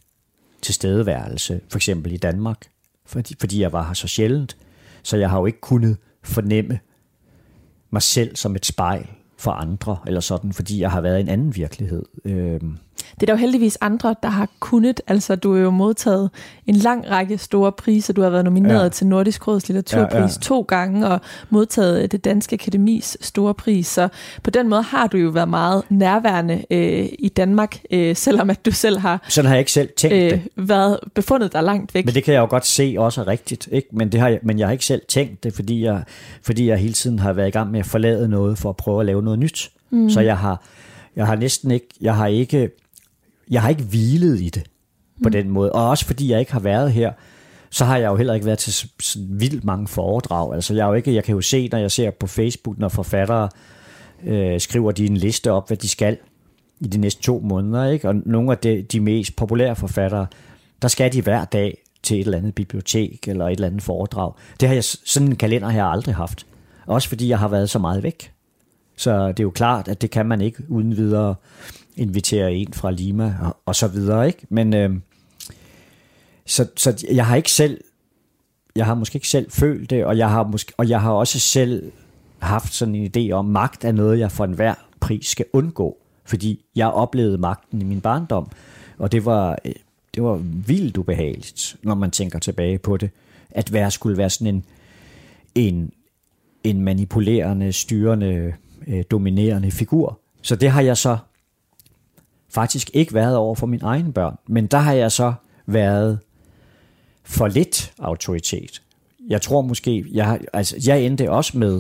tilstedeværelse, for eksempel i Danmark, fordi, fordi jeg var her så sjældent. Så jeg har jo ikke kunnet fornemme mig selv som et spejl for andre, eller sådan, fordi jeg har været i en anden virkelighed. Øh, Det er der jo heldigvis andre, der har kunnet. Altså, du har jo modtaget en lang række store priser. Du har været nomineret ja. til Nordisk Råds litteraturpris ja, ja. to gange, og modtaget det Danske Akademis store pris. Så på den måde har du jo været meget nærværende øh, i Danmark, øh, selvom at du selv har, Sådan har jeg ikke selv tænkt øh, det. været befundet dig langt væk. Men det kan jeg jo godt se også er rigtigt, ikke? Men, det har jeg, men jeg har ikke selv tænkt det, fordi jeg, fordi jeg hele tiden har været i gang med at forlade noget for at prøve at lave noget nyt. Mm. Så jeg har, jeg har næsten ikke, jeg har ikke Jeg har ikke hvilet i det på mm. den måde. Og også fordi jeg ikke har været her, så har jeg jo heller ikke været til så, så vildt mange foredrag. Altså jeg, er jo ikke, jeg kan jo se, når jeg ser på Facebook, når forfattere øh, skriver de en liste op, hvad de skal i de næste to måneder. Ikke? Og nogle af de, de mest populære forfattere, der skal de hver dag til et eller andet bibliotek eller et eller andet foredrag. Det har jeg, sådan en kalender har jeg aldrig haft. Også fordi jeg har været så meget væk. Så det er jo klart, at det kan man ikke uden videre invitere en fra Lima og, og så videre, ikke? Men øh, så, så jeg har ikke selv, jeg har måske ikke selv følt det, og jeg har måske, og jeg har også selv haft sådan en idé om, magt er noget, jeg for enhver pris skal undgå, fordi jeg oplevede magten i min barndom, og det var, det var vildt ubehageligt, når man tænker tilbage på det, at være skulle være sådan en, en, en manipulerende, styrende, øh, dominerende figur. Så det har jeg så faktisk ikke været over for mine egne børn, men der har jeg så været for lidt autoritet. Jeg tror måske, jeg, altså, jeg endte også med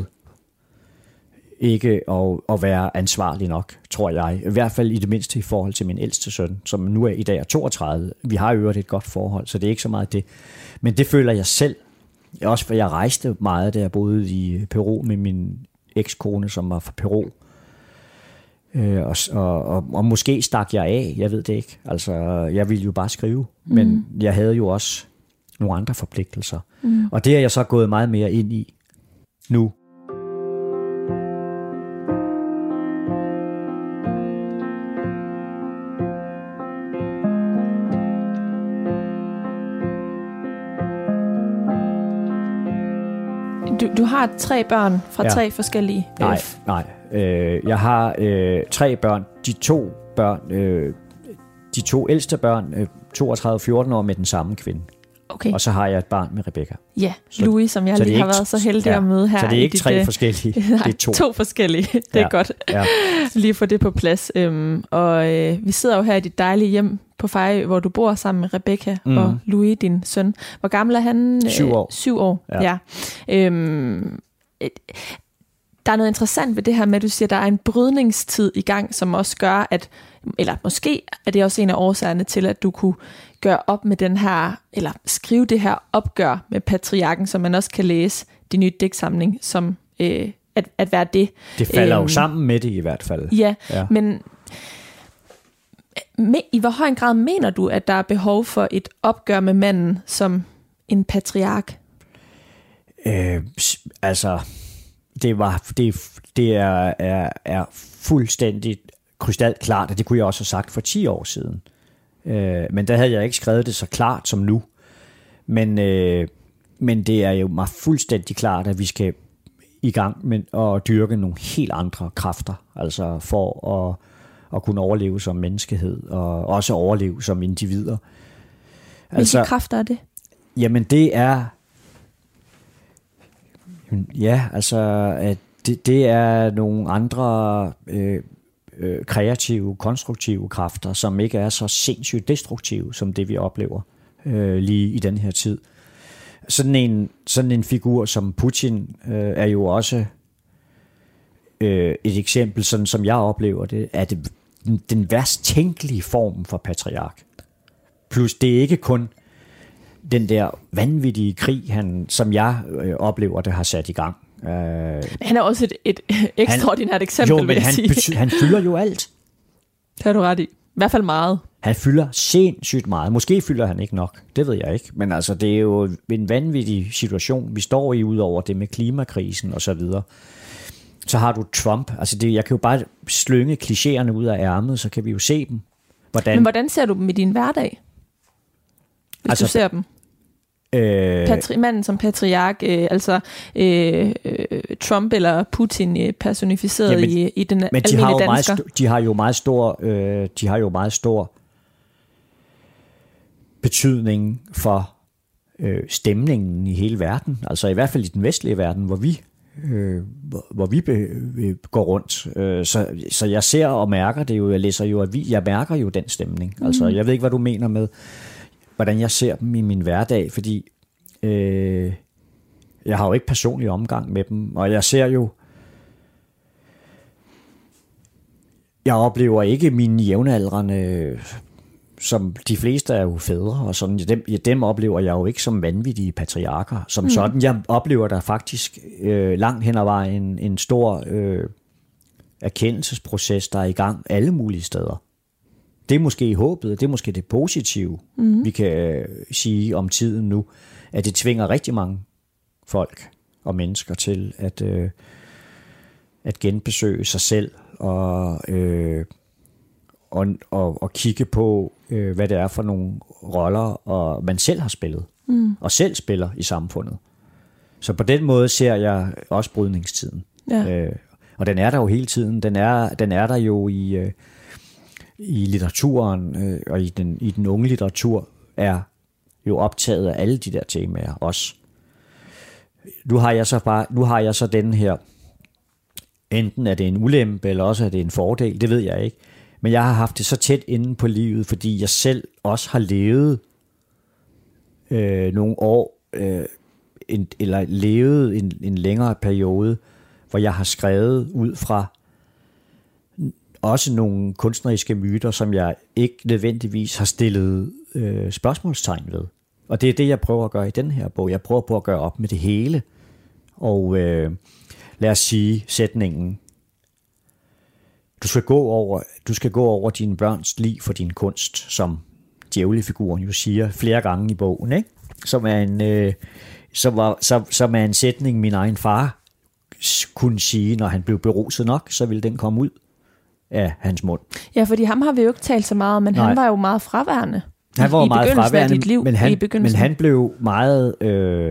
ikke at, at være ansvarlig nok, tror jeg. I hvert fald i det mindste i forhold til min ældste søn, som nu er i dag er toogtredive. Vi har jo et godt forhold, så det er ikke så meget det. Men det føler jeg selv. Også for jeg rejste meget, da jeg boede i Peru med min ekskone, som var fra Peru. Øh, og, og, og, og måske stak jeg af, jeg ved det ikke. Altså, jeg ville jo bare skrive, men mm. jeg havde jo også nogle andre forpligtelser. Mm. Og det er jeg så gået meget mere ind i nu. Du, du har tre børn fra ja. tre forskellige... Nej, øh, nej. Øh, jeg har øh, tre børn. De to børn, øh, de to ældste børn, øh, toogtredive og fjorten år med den samme kvinde. Okay. Og så har jeg et barn med Rebecca. Ja, så, Louis, som jeg lige har ikke, været så heldig ja, at møde her. Så det er ikke tre dit, forskellige, nej, det er to. to forskellige. Det er ja, godt ja. lige at få det på plads. Øhm, og øh, vi sidder jo her i dit dejlige hjem på Fejø, hvor du bor sammen med Rebecca mm. og Louis, din søn. Hvor gammel er han? Syv år. Syv år, ja. ja. Øhm, der er noget interessant ved det her med, at du siger, at der er en brydningstid i gang, som også gør, at, eller måske er det også en af årsagerne til, at du kunne gøre op med den her, eller skrive det her opgør med patriarken, som man også kan læse din nye digtsamling, som øh, at, at være det. Det falder æm, jo sammen med det i hvert fald. Ja, ja. Men med, i hvor høj grad mener du, at der er behov for et opgør med manden som en patriark? Øh, altså... Det, var, det, det er, er, er fuldstændig krystalklart, og det kunne jeg også have sagt for ti år siden. Øh, men der havde jeg ikke skrevet det så klart som nu. Men, øh, men det er jo mig fuldstændig klart, at vi skal i gang med at dyrke nogle helt andre kræfter, altså for at, at kunne overleve som menneskehed, og også overleve som individer. Hvilke altså, kræfter er det? Jamen det er... Ja, altså at det, det er nogle andre øh, øh, kreative, konstruktive kræfter, som ikke er så sindssygt destruktive, som det vi oplever øh, lige i den her tid. Sådan en, sådan en figur som Putin øh, er jo også øh, et eksempel, sådan som jeg oplever det, er det den værst tænkelige form for patriark. Plus det er ikke kun den der vanvittige krig, han, som jeg øh, oplever, det har sat i gang. Øh, han er også et, et ekstraordinært han, eksempel, jo, men vil jeg han, sige. Bety- han fylder jo alt. Det har du ret i. I hvert fald meget. Han fylder sindssygt meget. Måske fylder han ikke nok. Det ved jeg ikke. Men altså, det er jo en vanvittig situation, vi står i, ud over det med klimakrisen og så videre. Så har du Trump. Altså, det, jeg kan jo bare slynge klichéerne ud af ærmet, så kan vi jo se dem. Hvordan, men hvordan ser du dem i din hverdag? Hvis altså, du ser dem? Øh, Patri- manden som patriark, øh, altså øh, øh, Trump eller Putin øh, personificeret ja, men, i, i den men almindelige de dansker. Sto- de har jo meget stor, øh, de har jo meget stor betydning for øh, stemningen i hele verden. Altså i hvert fald i den vestlige verden, hvor vi øh, hvor, hvor vi be- går rundt. Øh, så, så jeg ser og mærker det jo. Jeg læser jo, at vi, jeg mærker jo den stemning. Mm. Altså jeg ved ikke, hvad du mener med hvordan jeg ser dem i min hverdag, fordi øh, jeg har jo ikke personlig omgang med dem, og jeg ser jo, jeg oplever ikke mine jævnaldrende, som de fleste er jo fædre, og sådan, dem, dem oplever jeg jo ikke som vanvittige patriarker, som mm. sådan. Jeg oplever der faktisk øh, langt hen ad vejen en, en stor øh, erkendelsesproces, der er i gang alle mulige steder. Det er måske håbet, det er måske det positive, mm. vi kan sige om tiden nu, at det tvinger rigtig mange folk og mennesker til at, øh, at genbesøge sig selv og, øh, og, og, og kigge på, øh, hvad det er for nogle roller, og man selv har spillet, mm. og selv spiller i samfundet. Så på den måde ser jeg også brydningstiden. Ja. Øh, og den er der jo hele tiden. Den er, den er der jo i, øh, i litteraturen, øh, og i den, i den unge litteratur er jo optaget af alle de der temaer også. Nu har jeg så bare, nu har jeg så den her, enten er det en ulempe, eller også er det en fordel, det ved jeg ikke. Men jeg har haft det så tæt inde på livet, fordi jeg selv også har levet øh, nogle år, øh, en, eller levet en, en længere periode, hvor jeg har skrevet ud fra også nogle kunstneriske myter, som jeg ikke nødvendigvis har stillet øh, spørgsmålstegn ved. Og det er det, jeg prøver at gøre i den her bog. Jeg prøver på at gøre op med det hele. Og øh, lad os sige sætningen: Du skal gå over, du skal gå over dine børns liv for din kunst, som djævlefiguren jo siger flere gange i bogen, ikke? Som er en, øh, som var, som, som er en sætning, min egen far kunne sige, når han blev beruset nok, så ville den komme ud af hans mund. Ja, fordi ham har vi jo ikke talt så meget om, men Nej. han var jo meget fraværende. Han var i, meget i fraværende, dit liv, men, han, i men han blev meget... Øh,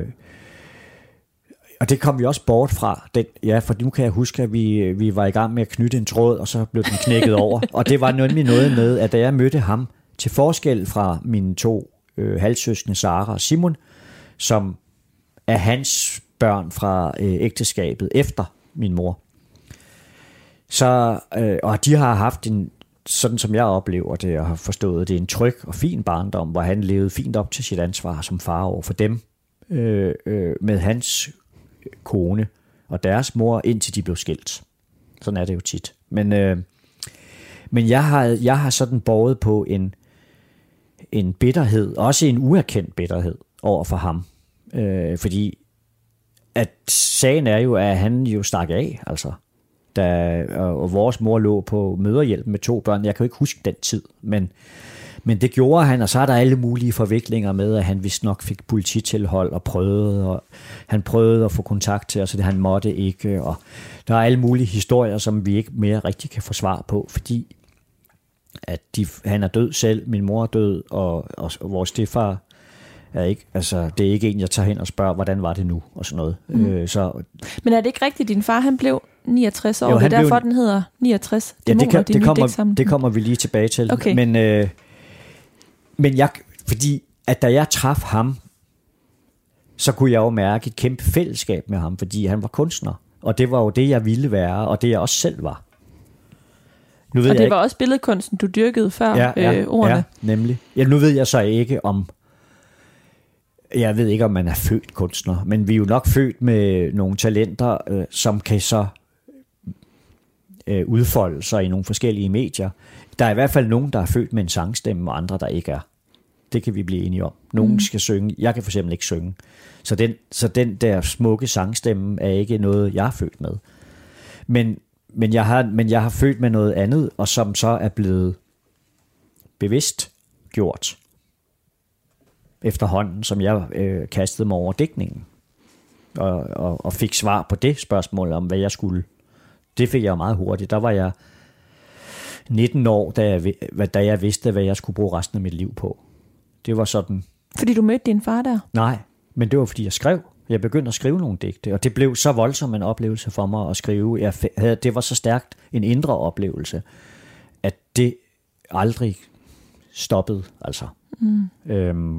og det kom vi også bort fra. Den, ja, for nu kan jeg huske, at vi, vi var i gang med at knytte en tråd, og så blev den knækket over. Og det var nemlig noget med, at da jeg mødte ham, til forskel fra mine to øh, halvsøskende, Sara og Simon, som er hans børn fra øh, ægteskabet efter min mor. Så, øh, og de har haft en, sådan som jeg oplever det, og har forstået, det er en tryg og fin barndom, hvor han levede fint op til sit ansvar som far over for dem, øh, øh, med hans kone og deres mor, indtil de blev skilt. Sådan er det jo tit. Men, øh, men jeg, har, jeg har sådan båret på en, en bitterhed, også en uerkendt bitterhed over for ham. Øh, fordi at sagen er jo, at han jo stak af, altså. Da, og vores mor lå på møderhjælp med to børn. Jeg kan jo ikke huske den tid, men, men det gjorde han, og så er der alle mulige forviklinger med, at han vist nok fik polititilhold og prøvede, og han prøvede at få kontakt til os, så det han måtte ikke, og der er alle mulige historier, som vi ikke mere rigtig kan få svar på, fordi at de, han er død selv, min mor er død, og, og, og vores stedfar er ikke, altså det er ikke en, jeg tager hen og spørger, hvordan var det nu, og sådan noget. Mm. Øh, så, men er det ikke rigtigt, din far han blev niogtres år, jo, det er derfor, blev... den hedder niogtres dæmoner, ja, det, kan, det, kommer, det kommer vi lige tilbage til. Okay. Men, øh, men jeg, fordi at da jeg traf ham, så kunne jeg jo mærke et kæmpe fællesskab med ham, fordi han var kunstner, og det var jo det, jeg ville være, og det jeg også selv var. Nu ved og det jeg var ikke, også billedkunsten, du dyrkede før ja, ja, øh, ordene. Ja, nemlig. Ja, nu ved jeg så ikke om, jeg ved ikke, om man er født kunstner, men vi er jo nok født med nogle talenter, øh, som kan så øh, udfolde sig i nogle forskellige medier. Der er i hvert fald nogen, der er født med en sangstemme, og andre, der ikke er. Det kan vi blive enige om. Nogen mm. skal synge. Jeg kan for eksempel ikke synge. Så den, så den der smukke sangstemme er ikke noget, jeg er født med. Men, men, jeg har, men jeg har født med noget andet, og som så er blevet bevidst gjort efterhånden, som jeg øh, kastede mig over digtningen, og, og, og fik svar på det spørgsmål om, hvad jeg skulle. Det fik jeg meget hurtigt. Der var jeg nitten år, da jeg, da jeg vidste, hvad jeg skulle bruge resten af mit liv på. Det var sådan... Fordi du mødte din far der? Nej, men det var, fordi jeg skrev. Jeg begyndte at skrive nogle digte, og det blev så voldsom en oplevelse for mig at skrive. Jeg havde, det var så stærkt en indre oplevelse, at det aldrig stoppede, altså. Mm. Øhm,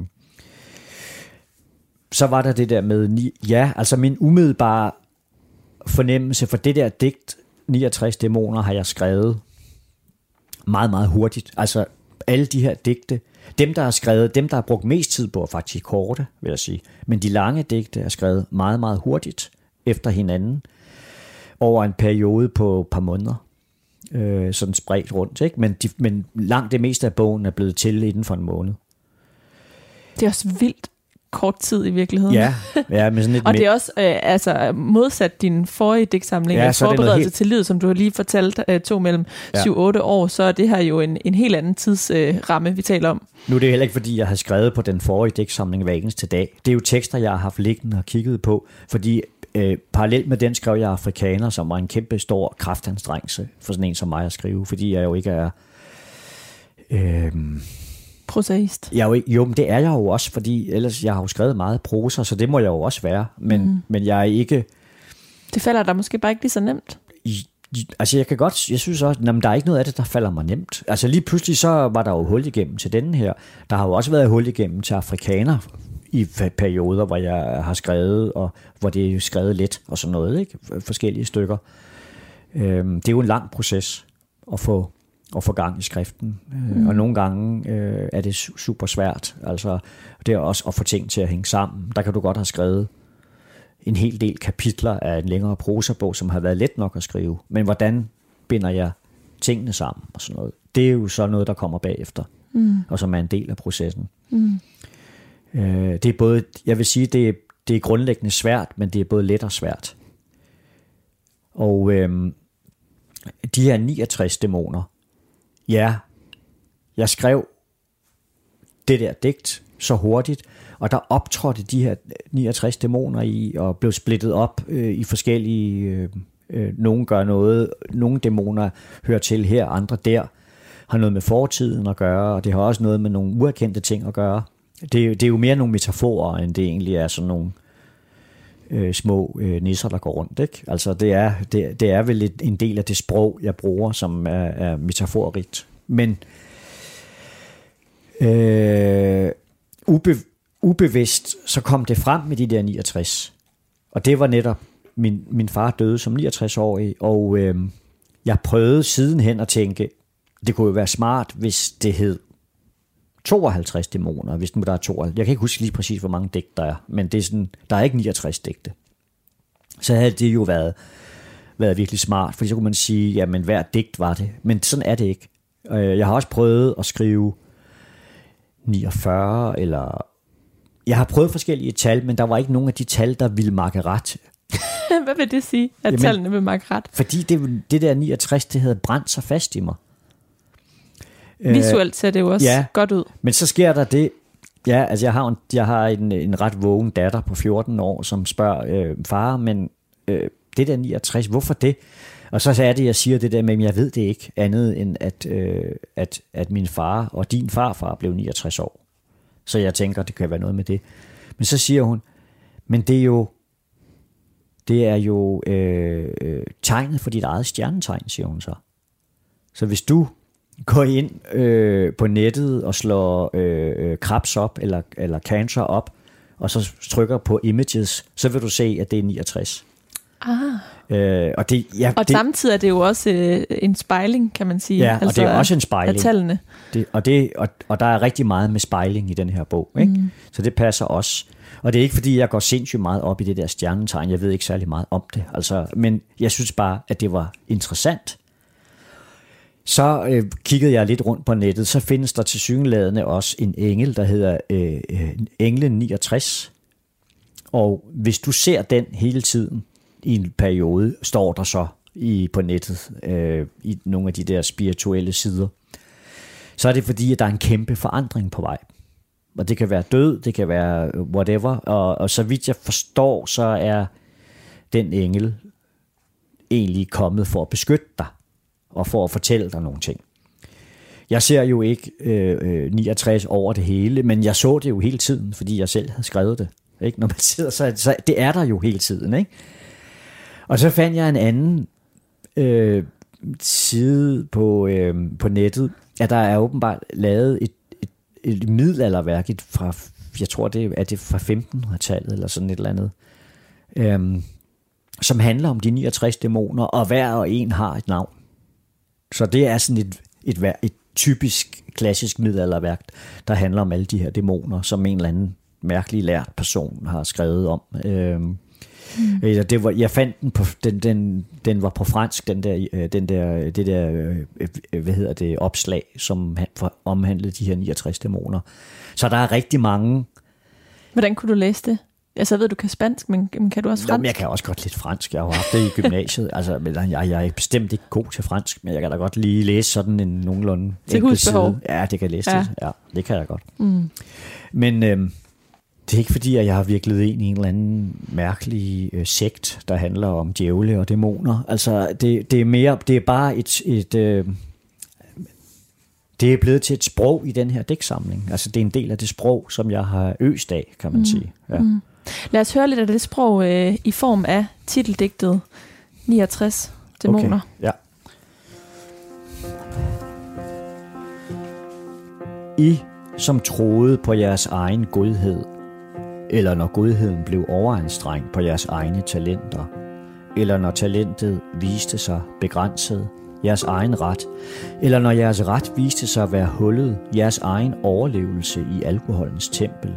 så var der det der med, ja, altså min umiddelbare fornemmelse for det der digt, niogtres dæmoner, har jeg skrevet meget, meget hurtigt. Altså alle de her digte, dem der har skrevet, dem der har brugt mest tid på, er faktisk korte, vil jeg sige. Men de lange digte er skrevet meget, meget hurtigt efter hinanden, over en periode på et par måneder. Øh, sådan spredt rundt, ikke? Men, de, men langt det meste af bogen er blevet til inden for en måned. Det er også vildt kort tid i virkeligheden. Ja, ja, men sådan lidt og det er også øh, altså, modsat din forrige digtsamling, ja, forberedelse helt... til livet, som du har lige fortalt, øh, tog mellem ja. syv otte år, så er det her jo en, en helt anden tidsramme, øh, vi taler om. Nu er det heller ikke, fordi jeg har skrevet på den forrige digtsamling hver eneste dag. Det er jo tekster, jeg har haft liggende og kigget på, fordi øh, parallelt med den skrev jeg Afrikaner, som var en kæmpe stor kraftanstrengelse for sådan en som mig at skrive, fordi jeg jo ikke er... Øh, Prosaist. Jeg er jo, ikke, jo, men det er jeg jo også, fordi ellers jeg har jo skrevet meget prosa, så det må jeg jo også være, men, mm. men jeg er ikke... Det falder der måske bare ikke lige så nemt. Altså jeg kan godt, jeg synes også, at der er ikke noget af det, der falder mig nemt. Altså lige pludselig så var der jo hul igennem til denne her. Der har jo også været hul igennem til Afrikaner i perioder, hvor jeg har skrevet, og hvor det er jo skrevet let og sådan noget, ikke? Forskellige stykker. Øhm, det er jo en lang proces at få, at få gang i skriften. Mm. Og nogle gange øh, er det super svært. Altså det er også at få ting til at hænge sammen. Der kan du godt have skrevet en hel del kapitler af en længere prosabog, som har været let nok at skrive. Men hvordan binder jeg tingene sammen og sådan noget? Det er jo så noget, der kommer bagefter, mm. og som er en del af processen. Mm. Øh, det er både, jeg vil sige, det er, det er grundlæggende svært, men det er både let og svært. Og øh, de her niogtres dæmoner, ja, jeg skrev det der digt så hurtigt, og der optrådte de her niogtres dæmoner i, og blev splittet op øh, i forskellige, øh, øh, nogle gør noget, nogle dæmoner hører til her, andre der, har noget med fortiden at gøre, og det har også noget med nogle uerkendte ting at gøre. Det, det er jo mere nogle metaforer, end det egentlig er sådan nogle øh, små øh, nisser, der går rundt, ikke? Altså det er, det, det er vel et, en del af det sprog, jeg bruger, som er, er metaforrigt. Men øh, ube, ubevidst, så kom det frem med de der niogtres. Og det var netop, min, min far døde som niogtres-årig, og øh, jeg prøvede sidenhen at tænke, det kunne jo være smart, hvis det hed tooghalvtreds dæmoner, hvis nu der er tooghalvtreds. Jeg kan ikke huske lige præcis, hvor mange digt der er, men det er sådan, der er ikke niogtres digte. Så havde det jo været, været virkelig smart, for så kunne man sige, jamen hver digt var det. Men sådan er det ikke. Jeg har også prøvet at skrive niogfyrre, eller... Jeg har prøvet forskellige tal, men der var ikke nogen af de tal, der ville makke ret. Hvad vil det sige, at jamen, tallene vil makke ret? Fordi det, det der niogtres, det havde brændt sig fast i mig. Visuelt ser det jo også ja, godt ud. Men så sker der det, ja, altså jeg har en, jeg har en, en ret vågen datter på fjorten år, som spørger øh, far, men øh, det der niogtres, hvorfor det? Og så er det, jeg siger det der med, at jeg ved det ikke andet end, at, øh, at, at min far og din farfar blev niogtres år. Så jeg tænker, det kan være noget med det. Men så siger hun, men det er jo, det er jo øh, øh, tegnet for dit eget stjernetegn, siger hun så. Så hvis du går ind øh, på nettet og slår øh, Krebs op, eller, eller Cancer op, og så trykker på images, så vil du se, at det er niogtres. Ah. Øh, og det, ja, og det, samtidig er det jo også øh, en spejling, kan man sige. Ja, og altså, det er også en spejling. Af tallene. Det, og, det, og, og der er rigtig meget med spejling i den her bog, ikke? Mm. Så det passer også. Og det er ikke, fordi jeg går sindssygt meget op i det der stjernetegn. Jeg ved ikke særlig meget om det. Altså, men jeg synes bare, at det var interessant. Så øh, kiggede jeg lidt rundt på nettet, så findes der tilsyneladende også en engel, der hedder øh, Englen niogtres. Og hvis du ser den hele tiden i en periode, står der så i, på nettet, øh, i nogle af de der spirituelle sider, så er det fordi, at der er en kæmpe forandring på vej. Og det kan være død, det kan være whatever, og, og så vidt jeg forstår, så er den engel egentlig kommet for at beskytte dig, og for at fortælle dig nogle ting. Jeg ser jo ikke øh, niogtres over det hele, men jeg så det jo hele tiden, fordi jeg selv havde skrevet det. Ikke? Når man sidder, så, så det er der jo hele tiden. Ikke? Og så fandt jeg en anden øh, side på, øh, på nettet, at der er åbenbart lavet et, et, et middelalderværk fra, jeg tror det er det fra femtenhundredetallet eller sådan et eller andet, øh, som handler om de niogtres dæmoner, og hver og en har et navn. Så det er sådan et, et, et typisk klassisk middelalderværk, der handler om alle de her dæmoner, som en eller anden mærkelig lært person har skrevet om. Øhm, mm. det var, jeg fandt den på, den, den, den var på fransk, den der, den der, det der, hvad hedder det, opslag, som omhandlede de her niogtres dæmoner. Så der er rigtig mange. Hvordan kunne du læse det? Altså, jeg ved, du kan spansk, men kan du også fransk? Jamen, jeg kan også godt lidt fransk. Jeg har jo haft det i gymnasiet. Altså, jeg, jeg er bestemt ikke god til fransk, men jeg kan da godt lige læse sådan en nogenlunde til husbehov. Ja, det kan jeg læse ja. det. Ja, det kan jeg godt. Mm. Men, øhm, Det er ikke fordi, at jeg har virkelig ind i en eller anden mærkelig øh, sekt, der handler om djævle og dæmoner. Altså, det, det er mere, det er bare et, et øh, det er blevet til et sprog i den her digtsamling. Altså, det er en del af det sprog, som jeg har øst af, kan man mm. sige. Ja. Mm. Lad os høre lidt af det sprog øh, i form af titeldigtet niogtres dæmoner. Okay. Ja. I, som troede på jeres egen godhed, eller når godheden blev overanstrengt på jeres egne talenter, eller når talentet viste sig begrænset, jeres egen ret, eller når jeres ret viste sig at være hullet, jeres egen overlevelse i alkoholens tempel,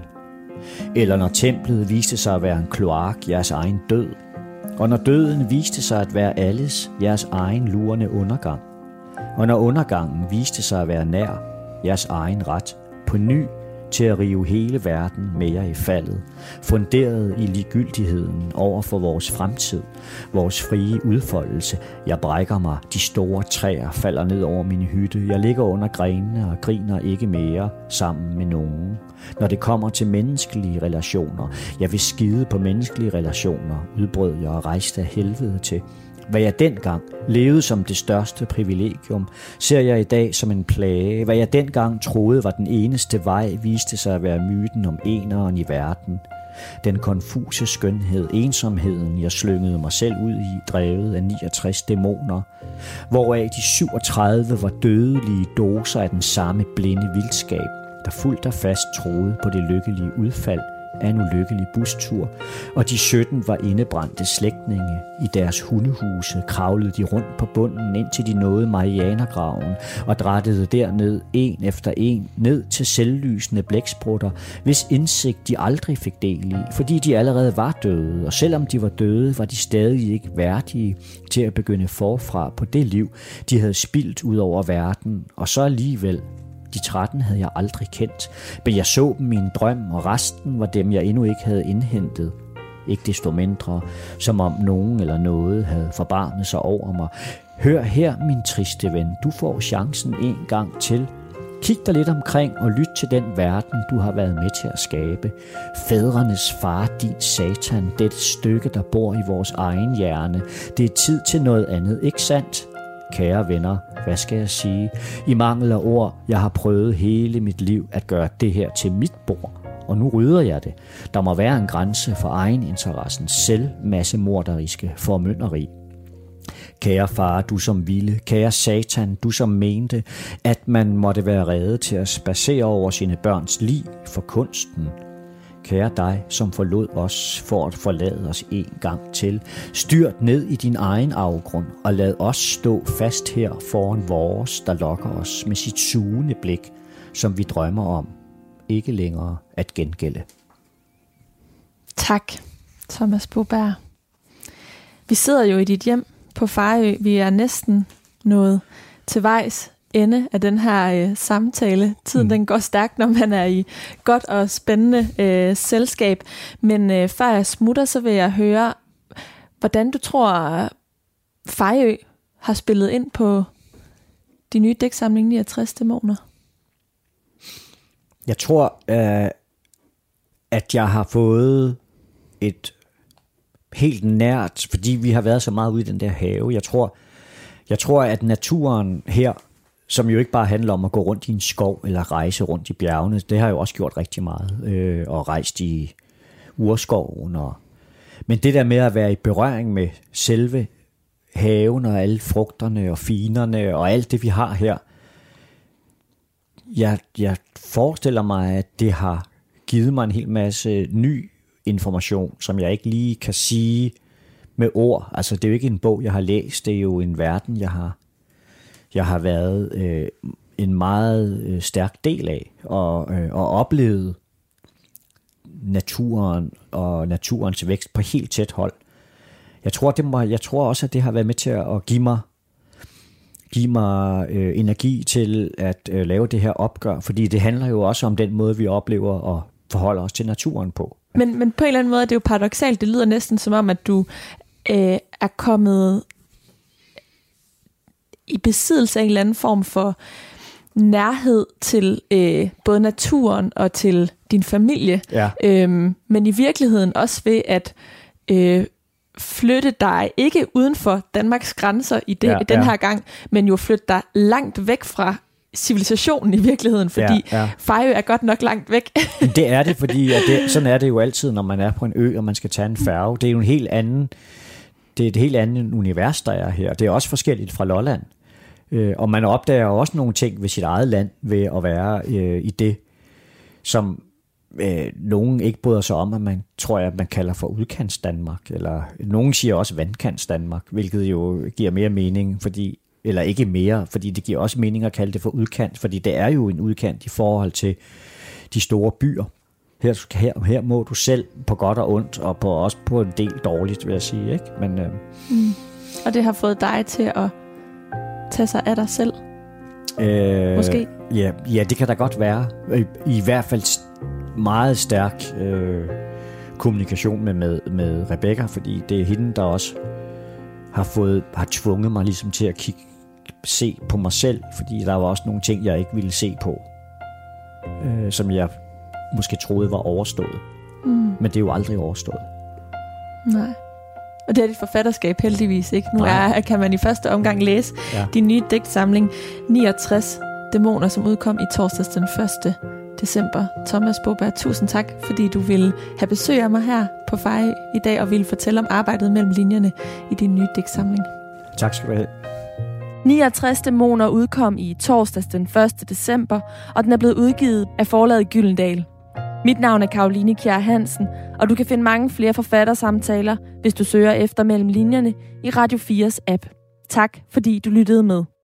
eller når templet viste sig at være en kloak, jeres egen død, og når døden viste sig at være alles, jeres egen lurende undergang, og når undergangen viste sig at være nær, jeres egen ret, på ny til at rive hele verden med jer i faldet, funderet i ligegyldigheden over for vores fremtid, vores frie udfoldelse. Jeg brækker mig, de store træer falder ned over min hytte, jeg ligger under grenene og griner ikke mere sammen med nogen. Når det kommer til menneskelige relationer, jeg vil skide på menneskelige relationer, udbrød jeg og rejste af helvede til. Hvad jeg dengang levede som det største privilegium, ser jeg i dag som en plage. Hvad jeg dengang troede var den eneste vej, viste sig at være myten om eneren i verden. Den konfuse skønhed, ensomheden, jeg slyngede mig selv ud i, drevet af niogtres dæmoner, hvoraf de syvogtredive var dødelige doser af den samme blinde vildskab, der fuldt og fast troede på det lykkelige udfald af en ulykkelig bustur, og de sytten var indebrændte slægtninge. I deres hundehuse kravlede de rundt på bunden, indtil de nåede Marianergraven, og drættede derned en efter en ned til selvlysende blæksprutter, hvis indsigt de aldrig fik del i, fordi de allerede var døde, og selvom de var døde, var de stadig ikke værdige til at begynde forfra på det liv, de havde spildt ud over verden, og så alligevel. De tretten havde jeg aldrig kendt, men jeg så dem i en drøm, og resten var dem, jeg endnu ikke havde indhentet. Ikke desto mindre, som om nogen eller noget havde forbarmet sig over mig. Hør her, min triste ven, du får chancen en gang til. Kig dig lidt omkring og lyt til den verden, du har været med til at skabe. Fædrenes far, din satan, det stykke, der bor i vores egen hjerne. Det er tid til noget andet, ikke sandt? Kære venner, hvad skal jeg sige? I mangel af ord, jeg har prøvet hele mit liv at gøre det her til mit bord, og nu rydder jeg det. Der må være en grænse for egeninteressens selvmassemorderiske formynderi. Kære far, du som ville, kære satan, du som mente, at man måtte være rede til at spacere over sine børns lig for kunsten. Kære dig, som forlod os for at forlade os en gang til. Styrt ned i din egen afgrund, og lad os stå fast her foran vores, der lokker os med sit sugende blik, som vi drømmer om, ikke længere at gengælde. Tak, Thomas Boberg. Vi sidder jo i dit hjem på Fejø. Vi er næsten nået til vejs ende af den her øh, samtale. Tiden mm. den går stærkt, når man er i godt og spændende øh, selskab. Men øh, før jeg smutter, så vil jeg høre, hvordan du tror, Fejø har spillet ind på de nye digtsamling niogtres dæmoner. Jeg tror, øh, at jeg har fået et helt nært, fordi vi har været så meget ude i den der have. Jeg tror, jeg tror, at naturen her, som jo ikke bare handler om at gå rundt i en skov eller rejse rundt i bjergene, det har jeg jo også gjort rigtig meget, øh, og rejst i urskoven. Og, men det der med at være i berøring med selve haven og alle frugterne og finerne og alt det, vi har her, jeg, jeg forestiller mig, at det har givet mig en hel masse ny information, som jeg ikke lige kan sige med ord. Altså, det er jo ikke en bog, jeg har læst, det er jo en verden, jeg har Jeg har været øh, en meget øh, stærk del af, og, øh, og oplevet naturen og naturens vækst på helt tæt hold. Jeg tror, det må, jeg tror også, at det har været med til at give mig, give mig øh, energi til at øh, lave det her opgør, fordi det handler jo også om den måde, vi oplever og forholder os til naturen på. Men, men på en eller anden måde er det jo paradoksalt. Det lyder næsten som om, at du øh, er kommet i besiddelse af en eller anden form for nærhed til øh, både naturen og til din familie, Ja. øhm, men i virkeligheden også ved at øh, flytte dig ikke uden for Danmarks grænser i det, Ja, den ja. her gang, men jo flytte dig langt væk fra civilisationen i virkeligheden, fordi Ja, ja. Fejø er godt nok langt væk. Men det er det, fordi at det, sådan er det jo altid, når man er på en ø, og man skal tage en færge. Det er jo en helt anden, det er et helt andet univers, der er her. Det er også forskelligt fra Lolland. Øh, og man opdager også nogle ting ved sit eget land, ved at være øh, i det, som øh, nogen ikke bryder sig om, at man tror jeg, at man kalder for udkants Danmark, eller nogen siger også vandkants Danmark, hvilket jo giver mere mening, fordi eller ikke mere, fordi det giver også mening at kalde det for udkant, fordi det er jo en udkant i forhold til de store byer. Her, her, her må du selv på godt og ondt, og på, også på en del dårligt, vil jeg sige. Ikke? Men, øh, Mm. Og det har fået dig til at tage sig af dig selv, øh, måske? Ja, ja, det kan da godt være. I, i hvert fald meget stærk øh, kommunikation med, med, med Rebecca, fordi det er hende, der også har, fået, har tvunget mig ligesom til at kigge, se på mig selv, fordi der var også nogle ting, jeg ikke ville se på, øh, som jeg måske troede var overstået. Mm. Men det er jo aldrig overstået. Nej. Og det er dit forfatterskab heldigvis ikke. Nu er, kan man i første omgang læse Ja. din nye digtsamling niogtres Dæmoner, som udkom i torsdags den første december. Thomas Boberg, tusind tak, fordi du ville have besøg af mig her på Fejø i dag, og ville fortælle om arbejdet mellem linjerne i din nye digtsamling. Tak skal du have. niogtres Dæmoner udkom i torsdags den første december, og den er blevet udgivet af forlaget Gyldendal. Mit navn er Caroline Kjær Hansen, og du kan finde mange flere forfattersamtaler, hvis du søger efter Mellem Linjerne i Radio fires app. Tak fordi du lyttede med.